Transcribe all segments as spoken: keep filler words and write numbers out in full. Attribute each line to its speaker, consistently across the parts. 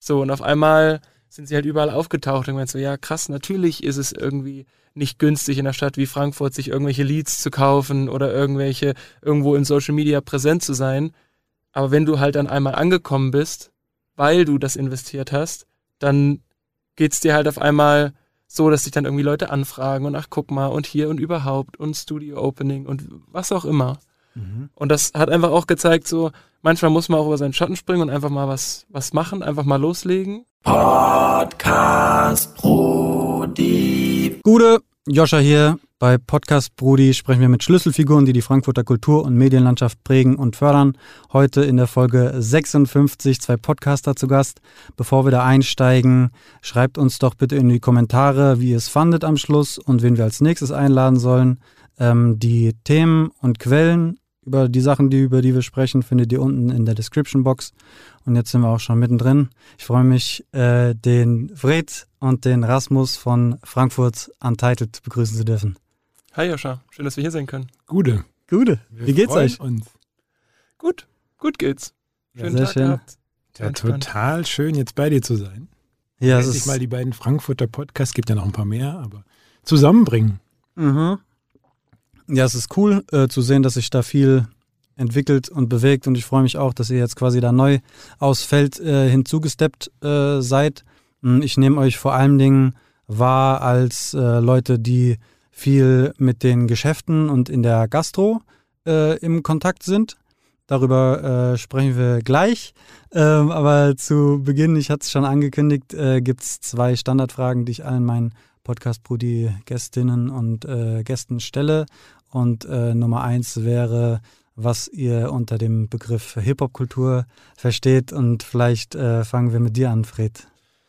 Speaker 1: So, und auf einmal sind sie halt überall aufgetaucht und meinst so, ja krass, natürlich ist es irgendwie nicht günstig in einer Stadt wie Frankfurt, sich irgendwelche Leads zu kaufen oder irgendwelche, irgendwo in Social Media präsent zu sein. Aber wenn du halt dann einmal angekommen bist, weil du das investiert hast, dann geht's dir halt auf einmal so, dass sich dann irgendwie Leute anfragen und ach, guck mal und hier und überhaupt und Studio-Opening und was auch immer. Mhm. Und das hat einfach auch gezeigt, so manchmal muss man auch über seinen Schatten springen und einfach mal was, was machen, einfach mal loslegen.
Speaker 2: Podcast Brudi.
Speaker 3: Gute, Joscha hier. Bei Podcast Brudi sprechen wir mit Schlüsselfiguren, die die Frankfurter Kultur- und Medienlandschaft prägen und fördern. Heute in der Folge sechsundfünfzig zwei Podcaster zu Gast. Bevor wir da einsteigen, schreibt uns doch bitte in die Kommentare, wie ihr es fandet am Schluss und wen wir als nächstes einladen sollen. Ähm, die Themen und Quellen über die Sachen, die, über die wir sprechen, findet ihr unten in der Description Box. Und jetzt sind wir auch schon mittendrin. Ich freue mich, äh, den Fred und den Rasmus von Frankfurt Untitled begrüßen zu dürfen.
Speaker 1: Hi Joscha, schön, dass wir hier sein können.
Speaker 4: Gute.
Speaker 3: Gute. Wie geht's euch?
Speaker 4: Uns.
Speaker 1: Gut, gut geht's.
Speaker 3: Schönen ja, Tag schön.
Speaker 1: gehabt.
Speaker 4: Ja, total schön, jetzt bei dir zu sein.
Speaker 3: Ja, es
Speaker 4: ist mal die beiden Frankfurter Podcasts, gibt ja noch ein paar mehr, aber zusammenbringen.
Speaker 3: Mhm. Ja, es ist cool äh, zu sehen, dass sich da viel entwickelt und bewegt und ich freue mich auch, dass ihr jetzt quasi da neu aufs Feld äh, hinzugesteppt äh, seid. Ich nehme euch vor allen Dingen wahr als äh, Leute, die viel mit den Geschäften und in der Gastro äh, im Kontakt sind. Darüber äh, sprechen wir gleich. Ähm, aber zu Beginn, ich hatte es schon angekündigt, äh, gibt es zwei Standardfragen, die ich allen meinen Podcast-Brudi-Gästinnen und äh, Gästen stelle. Und äh, Nummer eins wäre, was ihr unter dem Begriff Hip-Hop-Kultur versteht. Und vielleicht äh, fangen wir mit dir an, Fred.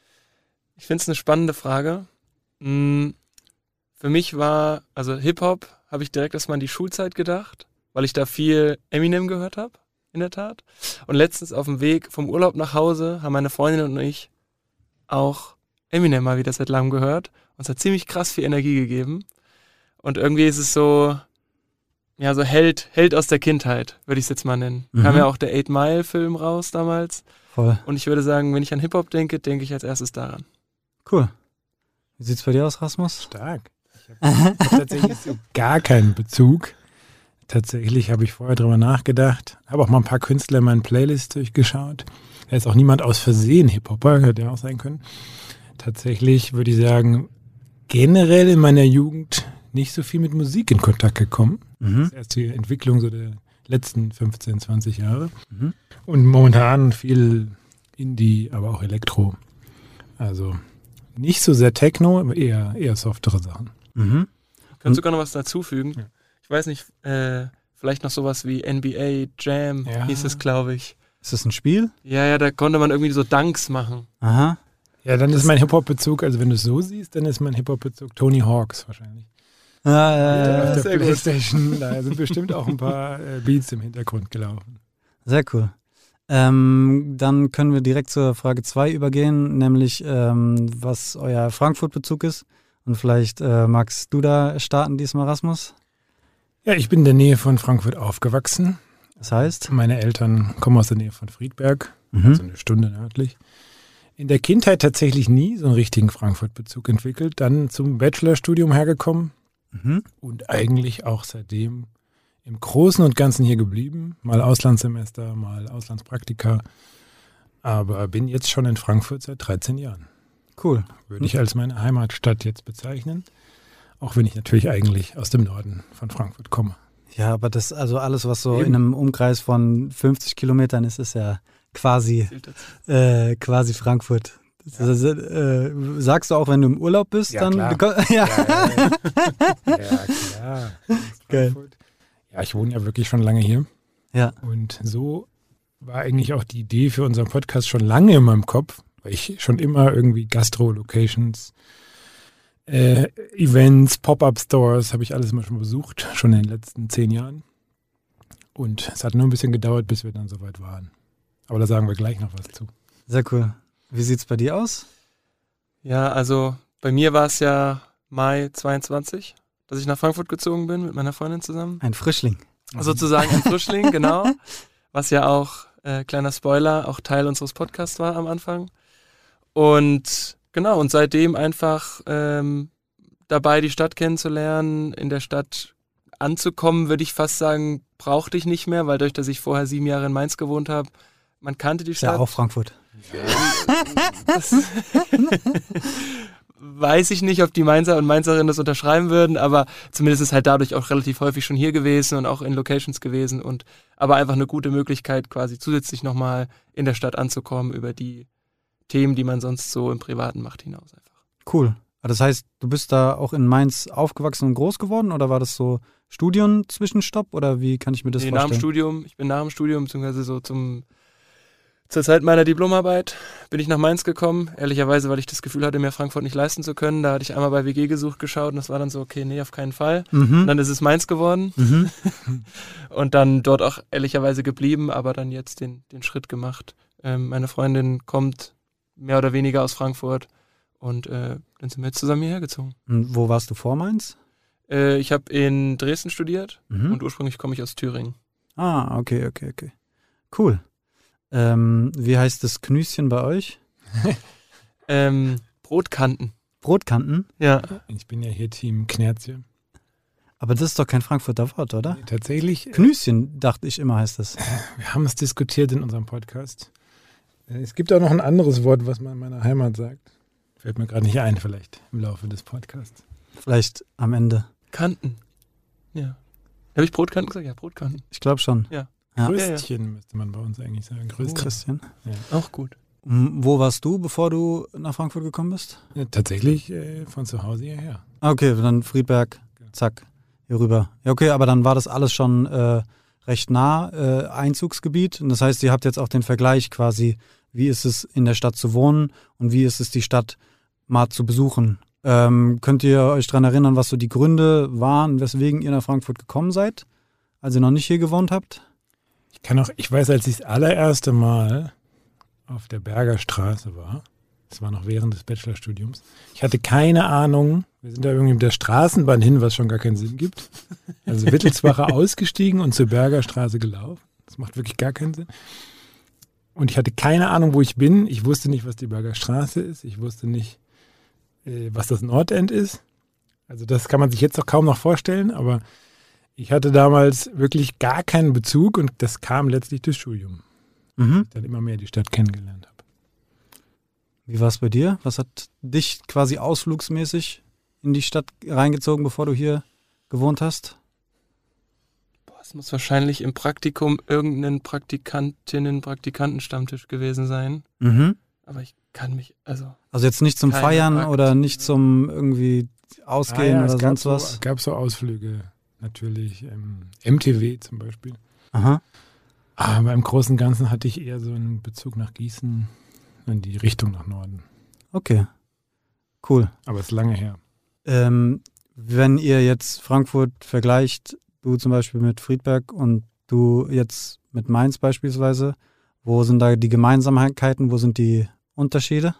Speaker 1: Ich finde es eine spannende Frage. Hm, für mich war, also Hip-Hop, habe ich direkt erstmal an die Schulzeit gedacht, weil ich da viel Eminem gehört habe, in der Tat. Und letztens auf dem Weg vom Urlaub nach Hause haben meine Freundin und ich auch Eminem mal wieder seit langem gehört. Und es hat ziemlich krass viel Energie gegeben. Und irgendwie ist es so, ja, so Held, Held aus der Kindheit, würde ich es jetzt mal nennen. Mhm. Kam ja auch der Eight Mile Film raus damals.
Speaker 3: Voll.
Speaker 1: Und ich würde sagen, wenn ich an Hip-Hop denke, denke ich als erstes daran.
Speaker 3: Cool. Wie sieht's bei dir aus, Rasmus?
Speaker 4: Stark. Ich habe hab tatsächlich so gar keinen Bezug. Tatsächlich habe ich vorher drüber nachgedacht. Habe auch mal ein paar Künstler in meinen Playlists durchgeschaut. Da ist auch niemand aus Versehen Hip-Hopper, hätte ja auch sein können. Tatsächlich würde ich sagen, generell in meiner Jugend nicht so viel mit Musik in Kontakt gekommen. Mhm. Das ist erst die Entwicklung so der letzten fünfzehn, zwanzig Jahre. Mhm. Und momentan viel Indie, aber auch Elektro. Also nicht so sehr Techno, aber eher, eher softere Sachen.
Speaker 3: Mhm.
Speaker 1: Kannst sogar noch was dazufügen? Ja. Ich weiß nicht, äh, vielleicht noch sowas wie N B A Jam ja. hieß es, glaube ich.
Speaker 3: Ist das ein Spiel?
Speaker 1: Ja, ja, da konnte man irgendwie so Dunks machen.
Speaker 3: Aha.
Speaker 4: Ja, dann das ist mein Hip-Hop-Bezug, also wenn du es so siehst, dann ist mein Hip-Hop-Bezug Tony Hawks wahrscheinlich.
Speaker 3: Ah, ja, ja,
Speaker 4: auf
Speaker 3: ja,
Speaker 4: der Playstation, da sind bestimmt auch ein paar äh, Beats im Hintergrund gelaufen.
Speaker 3: Sehr cool. Ähm, dann können wir direkt zur Frage zwei übergehen, nämlich ähm, was euer Frankfurt-Bezug ist. Und vielleicht äh, magst du da starten diesmal, Rasmus?
Speaker 4: Ja, ich bin in der Nähe von Frankfurt aufgewachsen.
Speaker 3: Das heißt?
Speaker 4: Meine Eltern kommen aus der Nähe von Friedberg,
Speaker 3: mhm.
Speaker 4: also eine Stunde nördlich. In der Kindheit tatsächlich nie so einen richtigen Frankfurt-Bezug entwickelt. Dann zum Bachelorstudium hergekommen mhm. und eigentlich auch seitdem im Großen und Ganzen hier geblieben. Mal Auslandssemester, mal Auslandspraktika. Aber bin jetzt schon in Frankfurt seit dreizehn Jahren.
Speaker 3: Cool.
Speaker 4: Würde ich als meine Heimatstadt jetzt bezeichnen. Auch wenn ich natürlich eigentlich aus dem Norden von Frankfurt komme.
Speaker 3: Ja, aber das, also alles, was so Eben. in einem Umkreis von fünfzig Kilometern ist, ist ja quasi, äh, quasi Frankfurt. Das ja. ist, äh, sagst du auch, wenn du im Urlaub bist,
Speaker 4: ja,
Speaker 3: dann.
Speaker 4: Klar.
Speaker 3: Ja,
Speaker 4: ja, ja. ja, klar.
Speaker 3: Geil.
Speaker 4: Ja, ich wohne ja wirklich schon lange hier.
Speaker 3: Ja.
Speaker 4: Und so war eigentlich auch die Idee für unseren Podcast schon lange in meinem Kopf, weil ich schon immer irgendwie Gastro-Locations, äh, Events, Pop-Up-Stores, habe ich alles immer schon besucht, schon in den letzten zehn Jahren. Und es hat nur ein bisschen gedauert, bis wir dann soweit waren. Aber da sagen wir gleich noch was zu.
Speaker 3: Sehr cool. Wie sieht es bei dir aus?
Speaker 1: Ja, also bei mir war es ja Mai zweiundzwanzig, dass ich nach Frankfurt gezogen bin mit meiner Freundin zusammen.
Speaker 3: Ein Frischling.
Speaker 1: Sozusagen ein Frischling, genau. Was ja auch, äh, kleiner Spoiler, auch Teil unseres Podcasts war am Anfang. Und genau, und seitdem einfach ähm, dabei, die Stadt kennenzulernen, in der Stadt anzukommen, würde ich fast sagen, brauchte ich nicht mehr, weil dadurch, dass ich vorher sieben Jahre in Mainz gewohnt habe, man kannte die Stadt.
Speaker 3: Ja, auch Frankfurt.
Speaker 1: Das weiß ich nicht, ob die Mainzer und Mainzerinnen das unterschreiben würden, aber zumindest ist halt dadurch auch relativ häufig schon hier gewesen und auch in Locations gewesen und aber einfach eine gute Möglichkeit, quasi zusätzlich nochmal in der Stadt anzukommen über die Themen, die man sonst so im Privaten macht, hinaus einfach.
Speaker 3: Cool. Das heißt, du bist da auch in Mainz aufgewachsen und groß geworden oder war das so Studienzwischenstopp oder wie kann ich mir das
Speaker 1: nee,
Speaker 3: vorstellen?
Speaker 1: Nach dem Studium, ich bin nach dem Studium, beziehungsweise so zum zur Zeit meiner Diplomarbeit bin ich nach Mainz gekommen, ehrlicherweise, weil ich das Gefühl hatte, mir Frankfurt nicht leisten zu können. Da hatte ich einmal bei W G gesucht geschaut und das war dann so, okay, nee, auf keinen Fall.
Speaker 3: Mhm.
Speaker 1: Und dann ist es Mainz geworden
Speaker 3: Mhm.
Speaker 1: und dann dort auch ehrlicherweise geblieben, aber dann jetzt den, den Schritt gemacht. Ähm, meine Freundin kommt mehr oder weniger aus Frankfurt und äh, dann sind wir jetzt zusammen hierher gezogen.
Speaker 3: Und wo warst du vor Mainz?
Speaker 1: Äh, ich habe in Dresden studiert
Speaker 3: Mhm.
Speaker 1: und ursprünglich komme ich aus Thüringen.
Speaker 3: Ah, okay, okay, okay. Cool. Ähm, wie heißt das Knüschen bei euch?
Speaker 1: Ähm, Brotkanten.
Speaker 3: Brotkanten?
Speaker 1: Ja.
Speaker 4: Ich bin ja hier Team Knerzchen.
Speaker 3: Aber das ist doch kein Frankfurter Wort, oder?
Speaker 4: Nee, tatsächlich, äh,
Speaker 3: Knüschen, dachte ich immer, heißt das.
Speaker 4: wir haben es diskutiert in unserem Podcast. Äh, Es gibt auch noch ein anderes Wort, was man in meiner Heimat sagt. Fällt mir gerade nicht ein, vielleicht im Laufe des Podcasts.
Speaker 3: Vielleicht am Ende.
Speaker 1: Kanten. Ja. Habe ich Brotkanten gesagt? Ja, Brotkanten.
Speaker 3: Ich glaube schon.
Speaker 1: Ja.
Speaker 3: Ja.
Speaker 4: Größchen müsste man bei uns eigentlich sagen. Größchen.
Speaker 3: Christian.
Speaker 1: Auch gut.
Speaker 3: M- Wo warst du, bevor du nach Frankfurt gekommen bist?
Speaker 4: Ja, tatsächlich äh, von zu Hause hierher.
Speaker 3: Ah, okay, dann Friedberg, zack, hier rüber. Ja, okay, aber dann war das alles schon äh, recht nah, äh, Einzugsgebiet. Und das heißt, ihr habt jetzt auch den Vergleich quasi, wie ist es in der Stadt zu wohnen und wie ist es die Stadt mal zu besuchen. Ähm, könnt ihr euch daran erinnern, was so die Gründe waren, weswegen ihr nach Frankfurt gekommen seid, als ihr noch nicht hier gewohnt habt?
Speaker 4: Ich kann auch, ich weiß, als ich das allererste Mal auf der Berger Straße war, das war noch während des Bachelorstudiums, ich hatte keine Ahnung, wir sind da irgendwie mit der Straßenbahn hin, was schon gar keinen Sinn gibt. Also Wittelsbacher ausgestiegen und zur Berger Straße gelaufen. Das macht wirklich gar keinen Sinn. Und ich hatte keine Ahnung, wo ich bin. Ich wusste nicht, was die Berger Straße ist. Ich wusste nicht, äh, was das Nordend ist. Also das kann man sich jetzt doch kaum noch vorstellen, aber ich hatte damals wirklich gar keinen Bezug und das kam letztlich durchs Studium.
Speaker 3: Mhm.
Speaker 4: Ich dann immer mehr die Stadt kennengelernt habe.
Speaker 3: Wie war es bei dir? Was hat dich quasi ausflugsmäßig in die Stadt reingezogen, bevor du hier gewohnt hast?
Speaker 1: Boah, es muss wahrscheinlich im Praktikum irgendein Praktikantinnen-Praktikantenstammtisch gewesen sein.
Speaker 3: Mhm.
Speaker 1: Aber ich kann mich, also.
Speaker 3: Also jetzt nicht zum
Speaker 1: Keine
Speaker 3: Feiern
Speaker 1: Akt.
Speaker 3: oder nicht zum irgendwie Ausgehen
Speaker 4: Ah ja,
Speaker 3: oder
Speaker 4: es gab
Speaker 3: sonst
Speaker 4: so,
Speaker 3: was?
Speaker 4: Es gab so Ausflüge, natürlich. Ähm, M T V zum Beispiel.
Speaker 3: Aha.
Speaker 4: Aber im Großen und Ganzen hatte ich eher so einen Bezug nach Gießen, in die Richtung nach Norden.
Speaker 3: Okay. Cool.
Speaker 4: Aber es ist lange her.
Speaker 3: Ähm, wenn ihr jetzt Frankfurt vergleicht, du zum Beispiel mit Friedberg und du jetzt mit Mainz beispielsweise, wo sind da die Gemeinsamkeiten, wo sind die Unterschiede?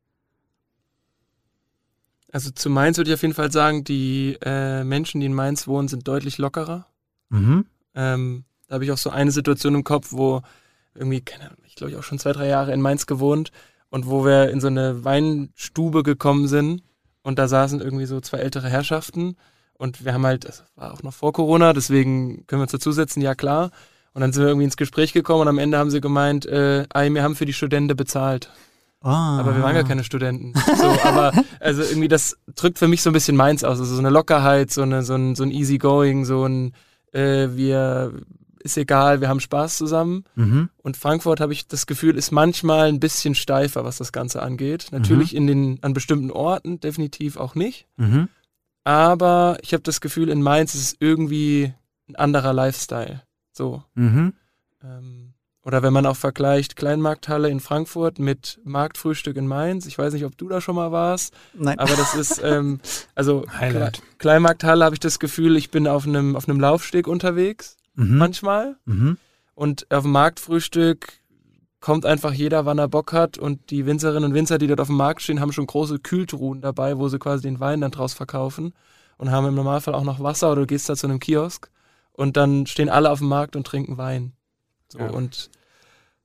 Speaker 1: Also zu Mainz würde ich auf jeden Fall sagen, die äh, Menschen, die in Mainz wohnen, sind deutlich lockerer.
Speaker 3: Mhm.
Speaker 1: Ähm, da habe ich auch so eine Situation im Kopf, wo irgendwie, keine Ahnung, ich glaube ich auch schon zwei, drei Jahre in Mainz gewohnt und wo wir in so eine Weinstube gekommen sind und da saßen irgendwie so zwei ältere Herrschaften und wir haben halt, das war auch noch vor Corona, deswegen können wir uns dazusetzen, ja klar. Und dann sind wir irgendwie ins Gespräch gekommen und am Ende haben sie gemeint, äh, ey, wir haben für die Studenten bezahlt.
Speaker 3: Ah.
Speaker 1: Aber wir waren gar keine Studenten. So, aber also irgendwie das drückt für mich so ein bisschen Mainz aus. Also so eine Lockerheit, so eine, so ein, so ein Easygoing, so ein äh, wir ist egal, wir haben Spaß zusammen.
Speaker 3: Mhm.
Speaker 1: Und Frankfurt, habe ich das Gefühl, ist manchmal ein bisschen steifer, was das Ganze angeht. Natürlich
Speaker 3: Mhm.
Speaker 1: in den an bestimmten Orten, definitiv auch nicht.
Speaker 3: Mhm.
Speaker 1: Aber ich habe das Gefühl, in Mainz ist es irgendwie ein anderer Lifestyle. So.
Speaker 3: Mhm.
Speaker 1: Ähm, Oder wenn man auch vergleicht Kleinmarkthalle in Frankfurt mit Marktfrühstück in Mainz. Ich weiß nicht, ob du da schon mal warst,
Speaker 3: Nein.
Speaker 1: aber das ist, ähm, also
Speaker 4: Highlight.
Speaker 1: Kle- Kleinmarkthalle habe ich das Gefühl, ich bin auf einem auf einem Laufsteg unterwegs,
Speaker 3: Mhm.
Speaker 1: manchmal.
Speaker 3: Mhm.
Speaker 1: Und auf dem Marktfrühstück kommt einfach jeder, wann er Bock hat. Und die Winzerinnen und Winzer, die dort auf dem Markt stehen, haben schon große Kühltruhen dabei, wo sie quasi den Wein dann draus verkaufen. Und haben im Normalfall auch noch Wasser oder du gehst da zu einem Kiosk. Und dann stehen alle auf dem Markt und trinken Wein. So,
Speaker 4: Ja.
Speaker 1: und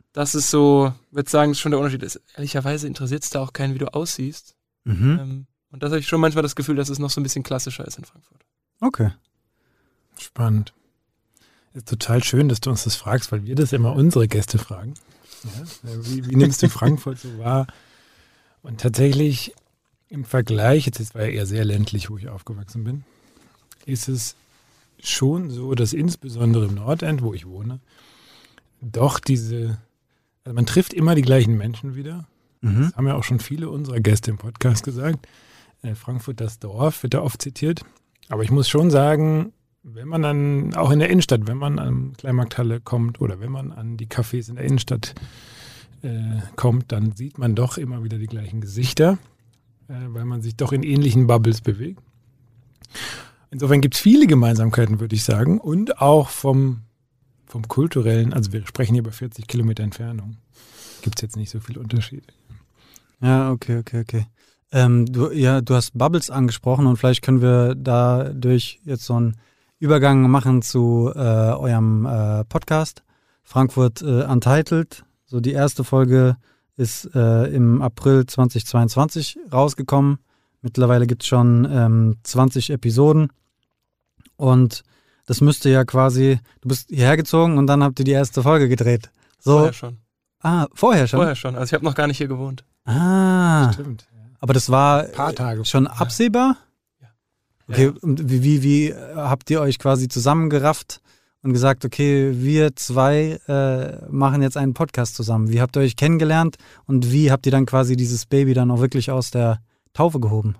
Speaker 1: das ist so, würde sagen, ist schon der Unterschied. Ist, ehrlicherweise interessiert es da auch keinen, wie du aussiehst.
Speaker 3: Mhm.
Speaker 1: Ähm, und da habe ich schon manchmal das Gefühl, dass es noch so ein bisschen klassischer ist in Frankfurt.
Speaker 3: Okay.
Speaker 4: Spannend. Ist total schön, dass du uns das fragst, weil wir das immer unsere Gäste fragen. Ja? Wie, wie nimmst du Frankfurt so wahr? Und tatsächlich im Vergleich, jetzt war ja eher sehr ländlich, wo ich aufgewachsen bin, ist es schon so, dass insbesondere im Nordend, wo ich wohne, doch diese, also man trifft immer die gleichen Menschen wieder.
Speaker 3: Mhm.
Speaker 4: Das haben ja auch schon viele unserer Gäste im Podcast gesagt. Äh, Frankfurt, das Dorf, wird da oft zitiert. Aber ich muss schon sagen, wenn man dann, auch in der Innenstadt, wenn man an Kleinmarkthalle kommt oder wenn man an die Cafés in der Innenstadt äh, kommt, dann sieht man doch immer wieder die gleichen Gesichter, äh, weil man sich doch in ähnlichen Bubbles bewegt. Insofern gibt es viele Gemeinsamkeiten, würde ich sagen, und auch vom, vom kulturellen, also wir sprechen hier über vierzig Kilometer Entfernung, gibt es jetzt nicht so viele Unterschiede.
Speaker 3: Ja, okay, okay, okay. Ähm, du, ja, du hast Bubbles angesprochen und vielleicht können wir dadurch jetzt so einen Übergang machen zu äh, eurem äh, Podcast, Frankfurt äh, Untitled. So die erste Folge ist äh, im April zweitausendzweiundzwanzig rausgekommen. Mittlerweile gibt es schon ähm, zwanzig Episoden und das müsste ja quasi, du bist hierher gezogen und dann habt ihr die erste Folge gedreht. So,
Speaker 1: Vorher schon.
Speaker 3: Ah, vorher schon?
Speaker 1: Vorher schon. Also ich habe noch gar nicht hier gewohnt.
Speaker 3: Ah,
Speaker 4: Stimmt.
Speaker 3: aber das war
Speaker 4: Ein paar Tage.
Speaker 3: schon absehbar?
Speaker 1: Ja.
Speaker 3: Okay,
Speaker 1: Ja.
Speaker 3: und wie, wie, wie habt ihr euch quasi zusammengerafft und gesagt, okay, wir zwei äh, machen jetzt einen Podcast zusammen. Wie habt ihr euch kennengelernt und wie habt ihr dann quasi dieses Baby dann auch wirklich aus der Taufe gehoben?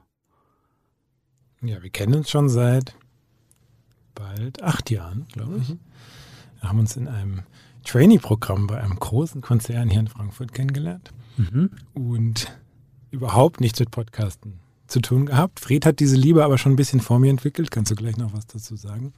Speaker 4: Ja, wir kennen uns schon seit bald acht Jahren, glaube ich.
Speaker 1: Mhm.
Speaker 4: Wir haben uns in einem Trainee-Programm bei einem großen Konzern hier in Frankfurt kennengelernt
Speaker 3: Mhm.
Speaker 4: und überhaupt nichts mit Podcasten zu tun gehabt. Fred hat diese Liebe aber schon ein bisschen vor mir entwickelt. Kannst du gleich noch was dazu sagen?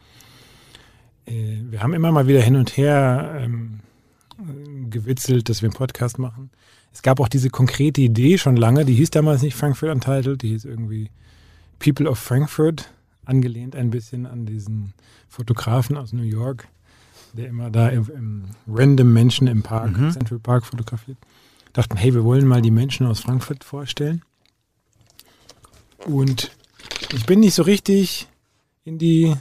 Speaker 4: Äh, wir haben immer mal wieder hin und her ähm, gewitzelt, dass wir einen Podcast machen. Es gab auch diese konkrete Idee schon lange, die hieß damals nicht Frankfurt Untitled, die hieß irgendwie People of Frankfurt, angelehnt ein bisschen an diesen Fotografen aus New York, der immer da im, im random Menschen im Park,
Speaker 3: Mhm.
Speaker 4: Central Park fotografiert. Dachten, hey, wir wollen mal die Menschen aus Frankfurt vorstellen. Und ich bin nicht so richtig in die,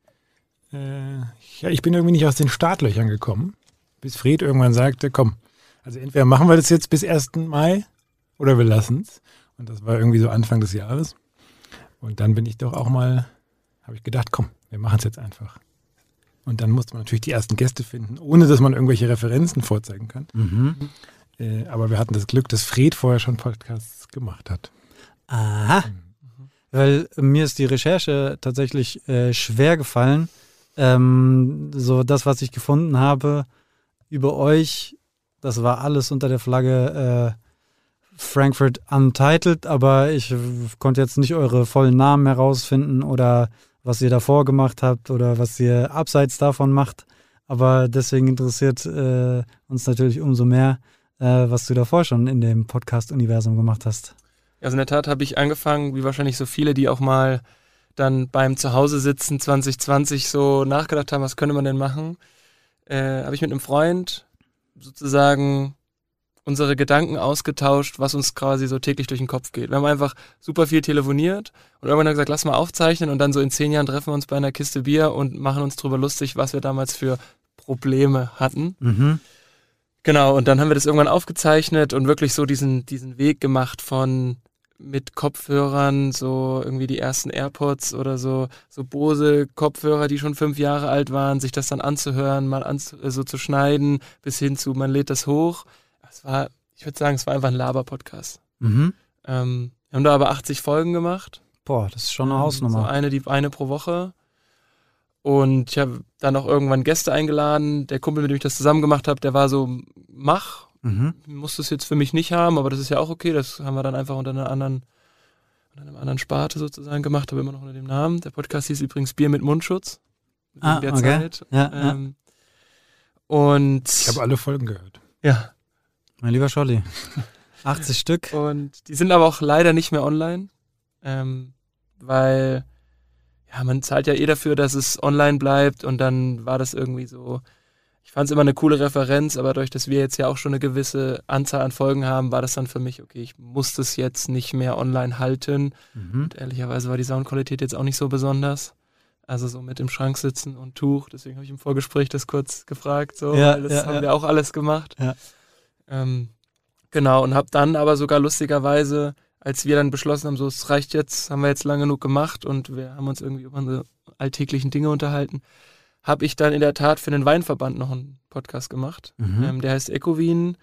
Speaker 4: äh, ja, ich bin irgendwie nicht aus den Startlöchern gekommen, bis Fred irgendwann sagte, komm, also entweder machen wir das jetzt bis ersten Mai oder wir lassen es. Und das war irgendwie so Anfang des Jahres. Und dann bin ich doch auch mal, habe ich gedacht, komm, wir machen es jetzt einfach. Und dann musste man natürlich die ersten Gäste finden, ohne dass man irgendwelche Referenzen vorzeigen kann.
Speaker 3: Mhm.
Speaker 4: Äh, aber wir hatten das Glück, dass Fred vorher schon Podcasts gemacht hat.
Speaker 3: Aha. Weil mir ist die Recherche tatsächlich äh, schwer gefallen. Ähm, so das, was ich gefunden habe über euch, das war alles unter der Flagge äh, Frankfurt Untitled, aber ich äh, konnte jetzt nicht eure vollen Namen herausfinden oder was ihr davor gemacht habt oder was ihr abseits davon macht. Aber deswegen interessiert äh, uns natürlich umso mehr, äh, was du davor schon in dem Podcast-Universum gemacht hast.
Speaker 1: Also in der Tat habe ich angefangen, wie wahrscheinlich so viele, die auch mal dann beim Zuhause sitzen zwanzig zwanzig so nachgedacht haben, was könnte man denn machen, äh, habe ich mit einem Freund sozusagen unsere Gedanken ausgetauscht, was uns quasi so täglich durch den Kopf geht. Wir haben einfach super viel telefoniert und irgendwann haben wir gesagt, lass mal aufzeichnen und dann so in zehn Jahren treffen wir uns bei einer Kiste Bier und machen uns drüber lustig, was wir damals für Probleme hatten.
Speaker 3: Mhm.
Speaker 1: Genau, und dann haben wir das irgendwann aufgezeichnet und wirklich so diesen, diesen Weg gemacht von mit Kopfhörern, so irgendwie die ersten AirPods oder so, so Bose-Kopfhörer, die schon fünf Jahre alt waren, sich das dann anzuhören, mal an, so zu schneiden, bis hin zu, man lädt das hoch. Es war, ich würde sagen, es war einfach ein Laber-Podcast.
Speaker 3: Mhm.
Speaker 1: Ähm, wir haben da aber achtzig Folgen gemacht.
Speaker 3: Boah, das ist schon eine
Speaker 1: Ähm,
Speaker 3: Hausnummer.
Speaker 1: So eine, die, eine pro Woche. Und ich habe dann auch irgendwann Gäste eingeladen. Der Kumpel, mit dem ich das zusammen gemacht habe, der war so, mach,
Speaker 3: Mhm.
Speaker 1: muss das jetzt für mich nicht haben, aber das ist ja auch okay. Das haben wir dann einfach unter einer anderen, unter einer anderen Sparte sozusagen gemacht, aber immer noch unter dem Namen. Der Podcast hieß übrigens Bier mit Mundschutz.
Speaker 3: Ah,
Speaker 1: Wegen der
Speaker 3: okay.
Speaker 1: Zeit.
Speaker 3: Ja, ja.
Speaker 1: ähm, Und
Speaker 4: Ich habe alle Folgen gehört.
Speaker 1: ja.
Speaker 3: Mein lieber Scholli. achtzig Stück.
Speaker 1: Und die sind aber auch leider nicht mehr online, ähm, weil ja, man zahlt ja eh dafür, dass es online bleibt und dann war das irgendwie so, ich fand es immer eine coole Referenz, aber dadurch, dass wir jetzt ja auch schon eine gewisse Anzahl an Folgen haben, war das dann für mich, okay, ich muss das jetzt nicht mehr online halten.
Speaker 3: Mhm.
Speaker 1: Und ehrlicherweise war die Soundqualität jetzt auch nicht so besonders. Also so mit im Schrank sitzen und Tuch. Deswegen habe ich im Vorgespräch das kurz gefragt. So,
Speaker 3: Ja,
Speaker 1: weil das
Speaker 3: ja,
Speaker 1: haben
Speaker 3: ja.
Speaker 1: wir auch alles gemacht.
Speaker 3: Ja.
Speaker 1: Ähm, genau, und habe dann aber sogar lustigerweise, als wir dann beschlossen haben, so es reicht jetzt, haben wir jetzt lang genug gemacht und wir haben uns irgendwie über unsere alltäglichen Dinge unterhalten, habe ich dann in der Tat für den Weinverband noch einen Podcast gemacht.
Speaker 3: Mhm.
Speaker 1: Ähm, der heißt Ecowin.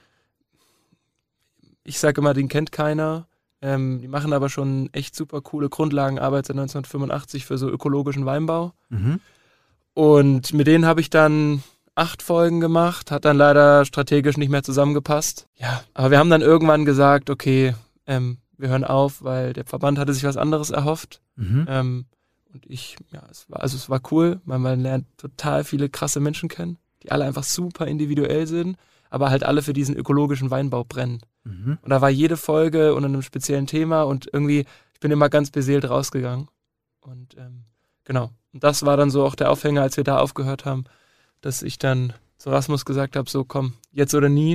Speaker 1: Ich sage immer, den kennt keiner. Ähm, die machen aber schon echt super coole Grundlagenarbeit seit neunzehnhundertfünfundachtzig für so ökologischen Weinbau.
Speaker 3: Mhm.
Speaker 1: Und mit denen habe ich dann acht Folgen gemacht, hat dann leider strategisch nicht mehr zusammengepasst. Ja, aber wir haben dann irgendwann gesagt, okay, ähm, wir hören auf, weil der Verband hatte sich was anderes erhofft.
Speaker 3: Mhm.
Speaker 1: Ähm, und ich, ja, es war, also es war cool, weil man lernt total viele krasse Menschen kennen, die alle einfach super individuell sind, aber halt alle für diesen ökologischen Weinbau brennen.
Speaker 3: Mhm.
Speaker 1: Und da war jede Folge unter einem speziellen Thema und irgendwie, ich bin immer ganz beseelt rausgegangen. Und ähm, genau. Und das war dann so auch der Aufhänger, als wir da aufgehört haben, dass ich dann zu Rasmus gesagt habe, so komm, jetzt oder nie.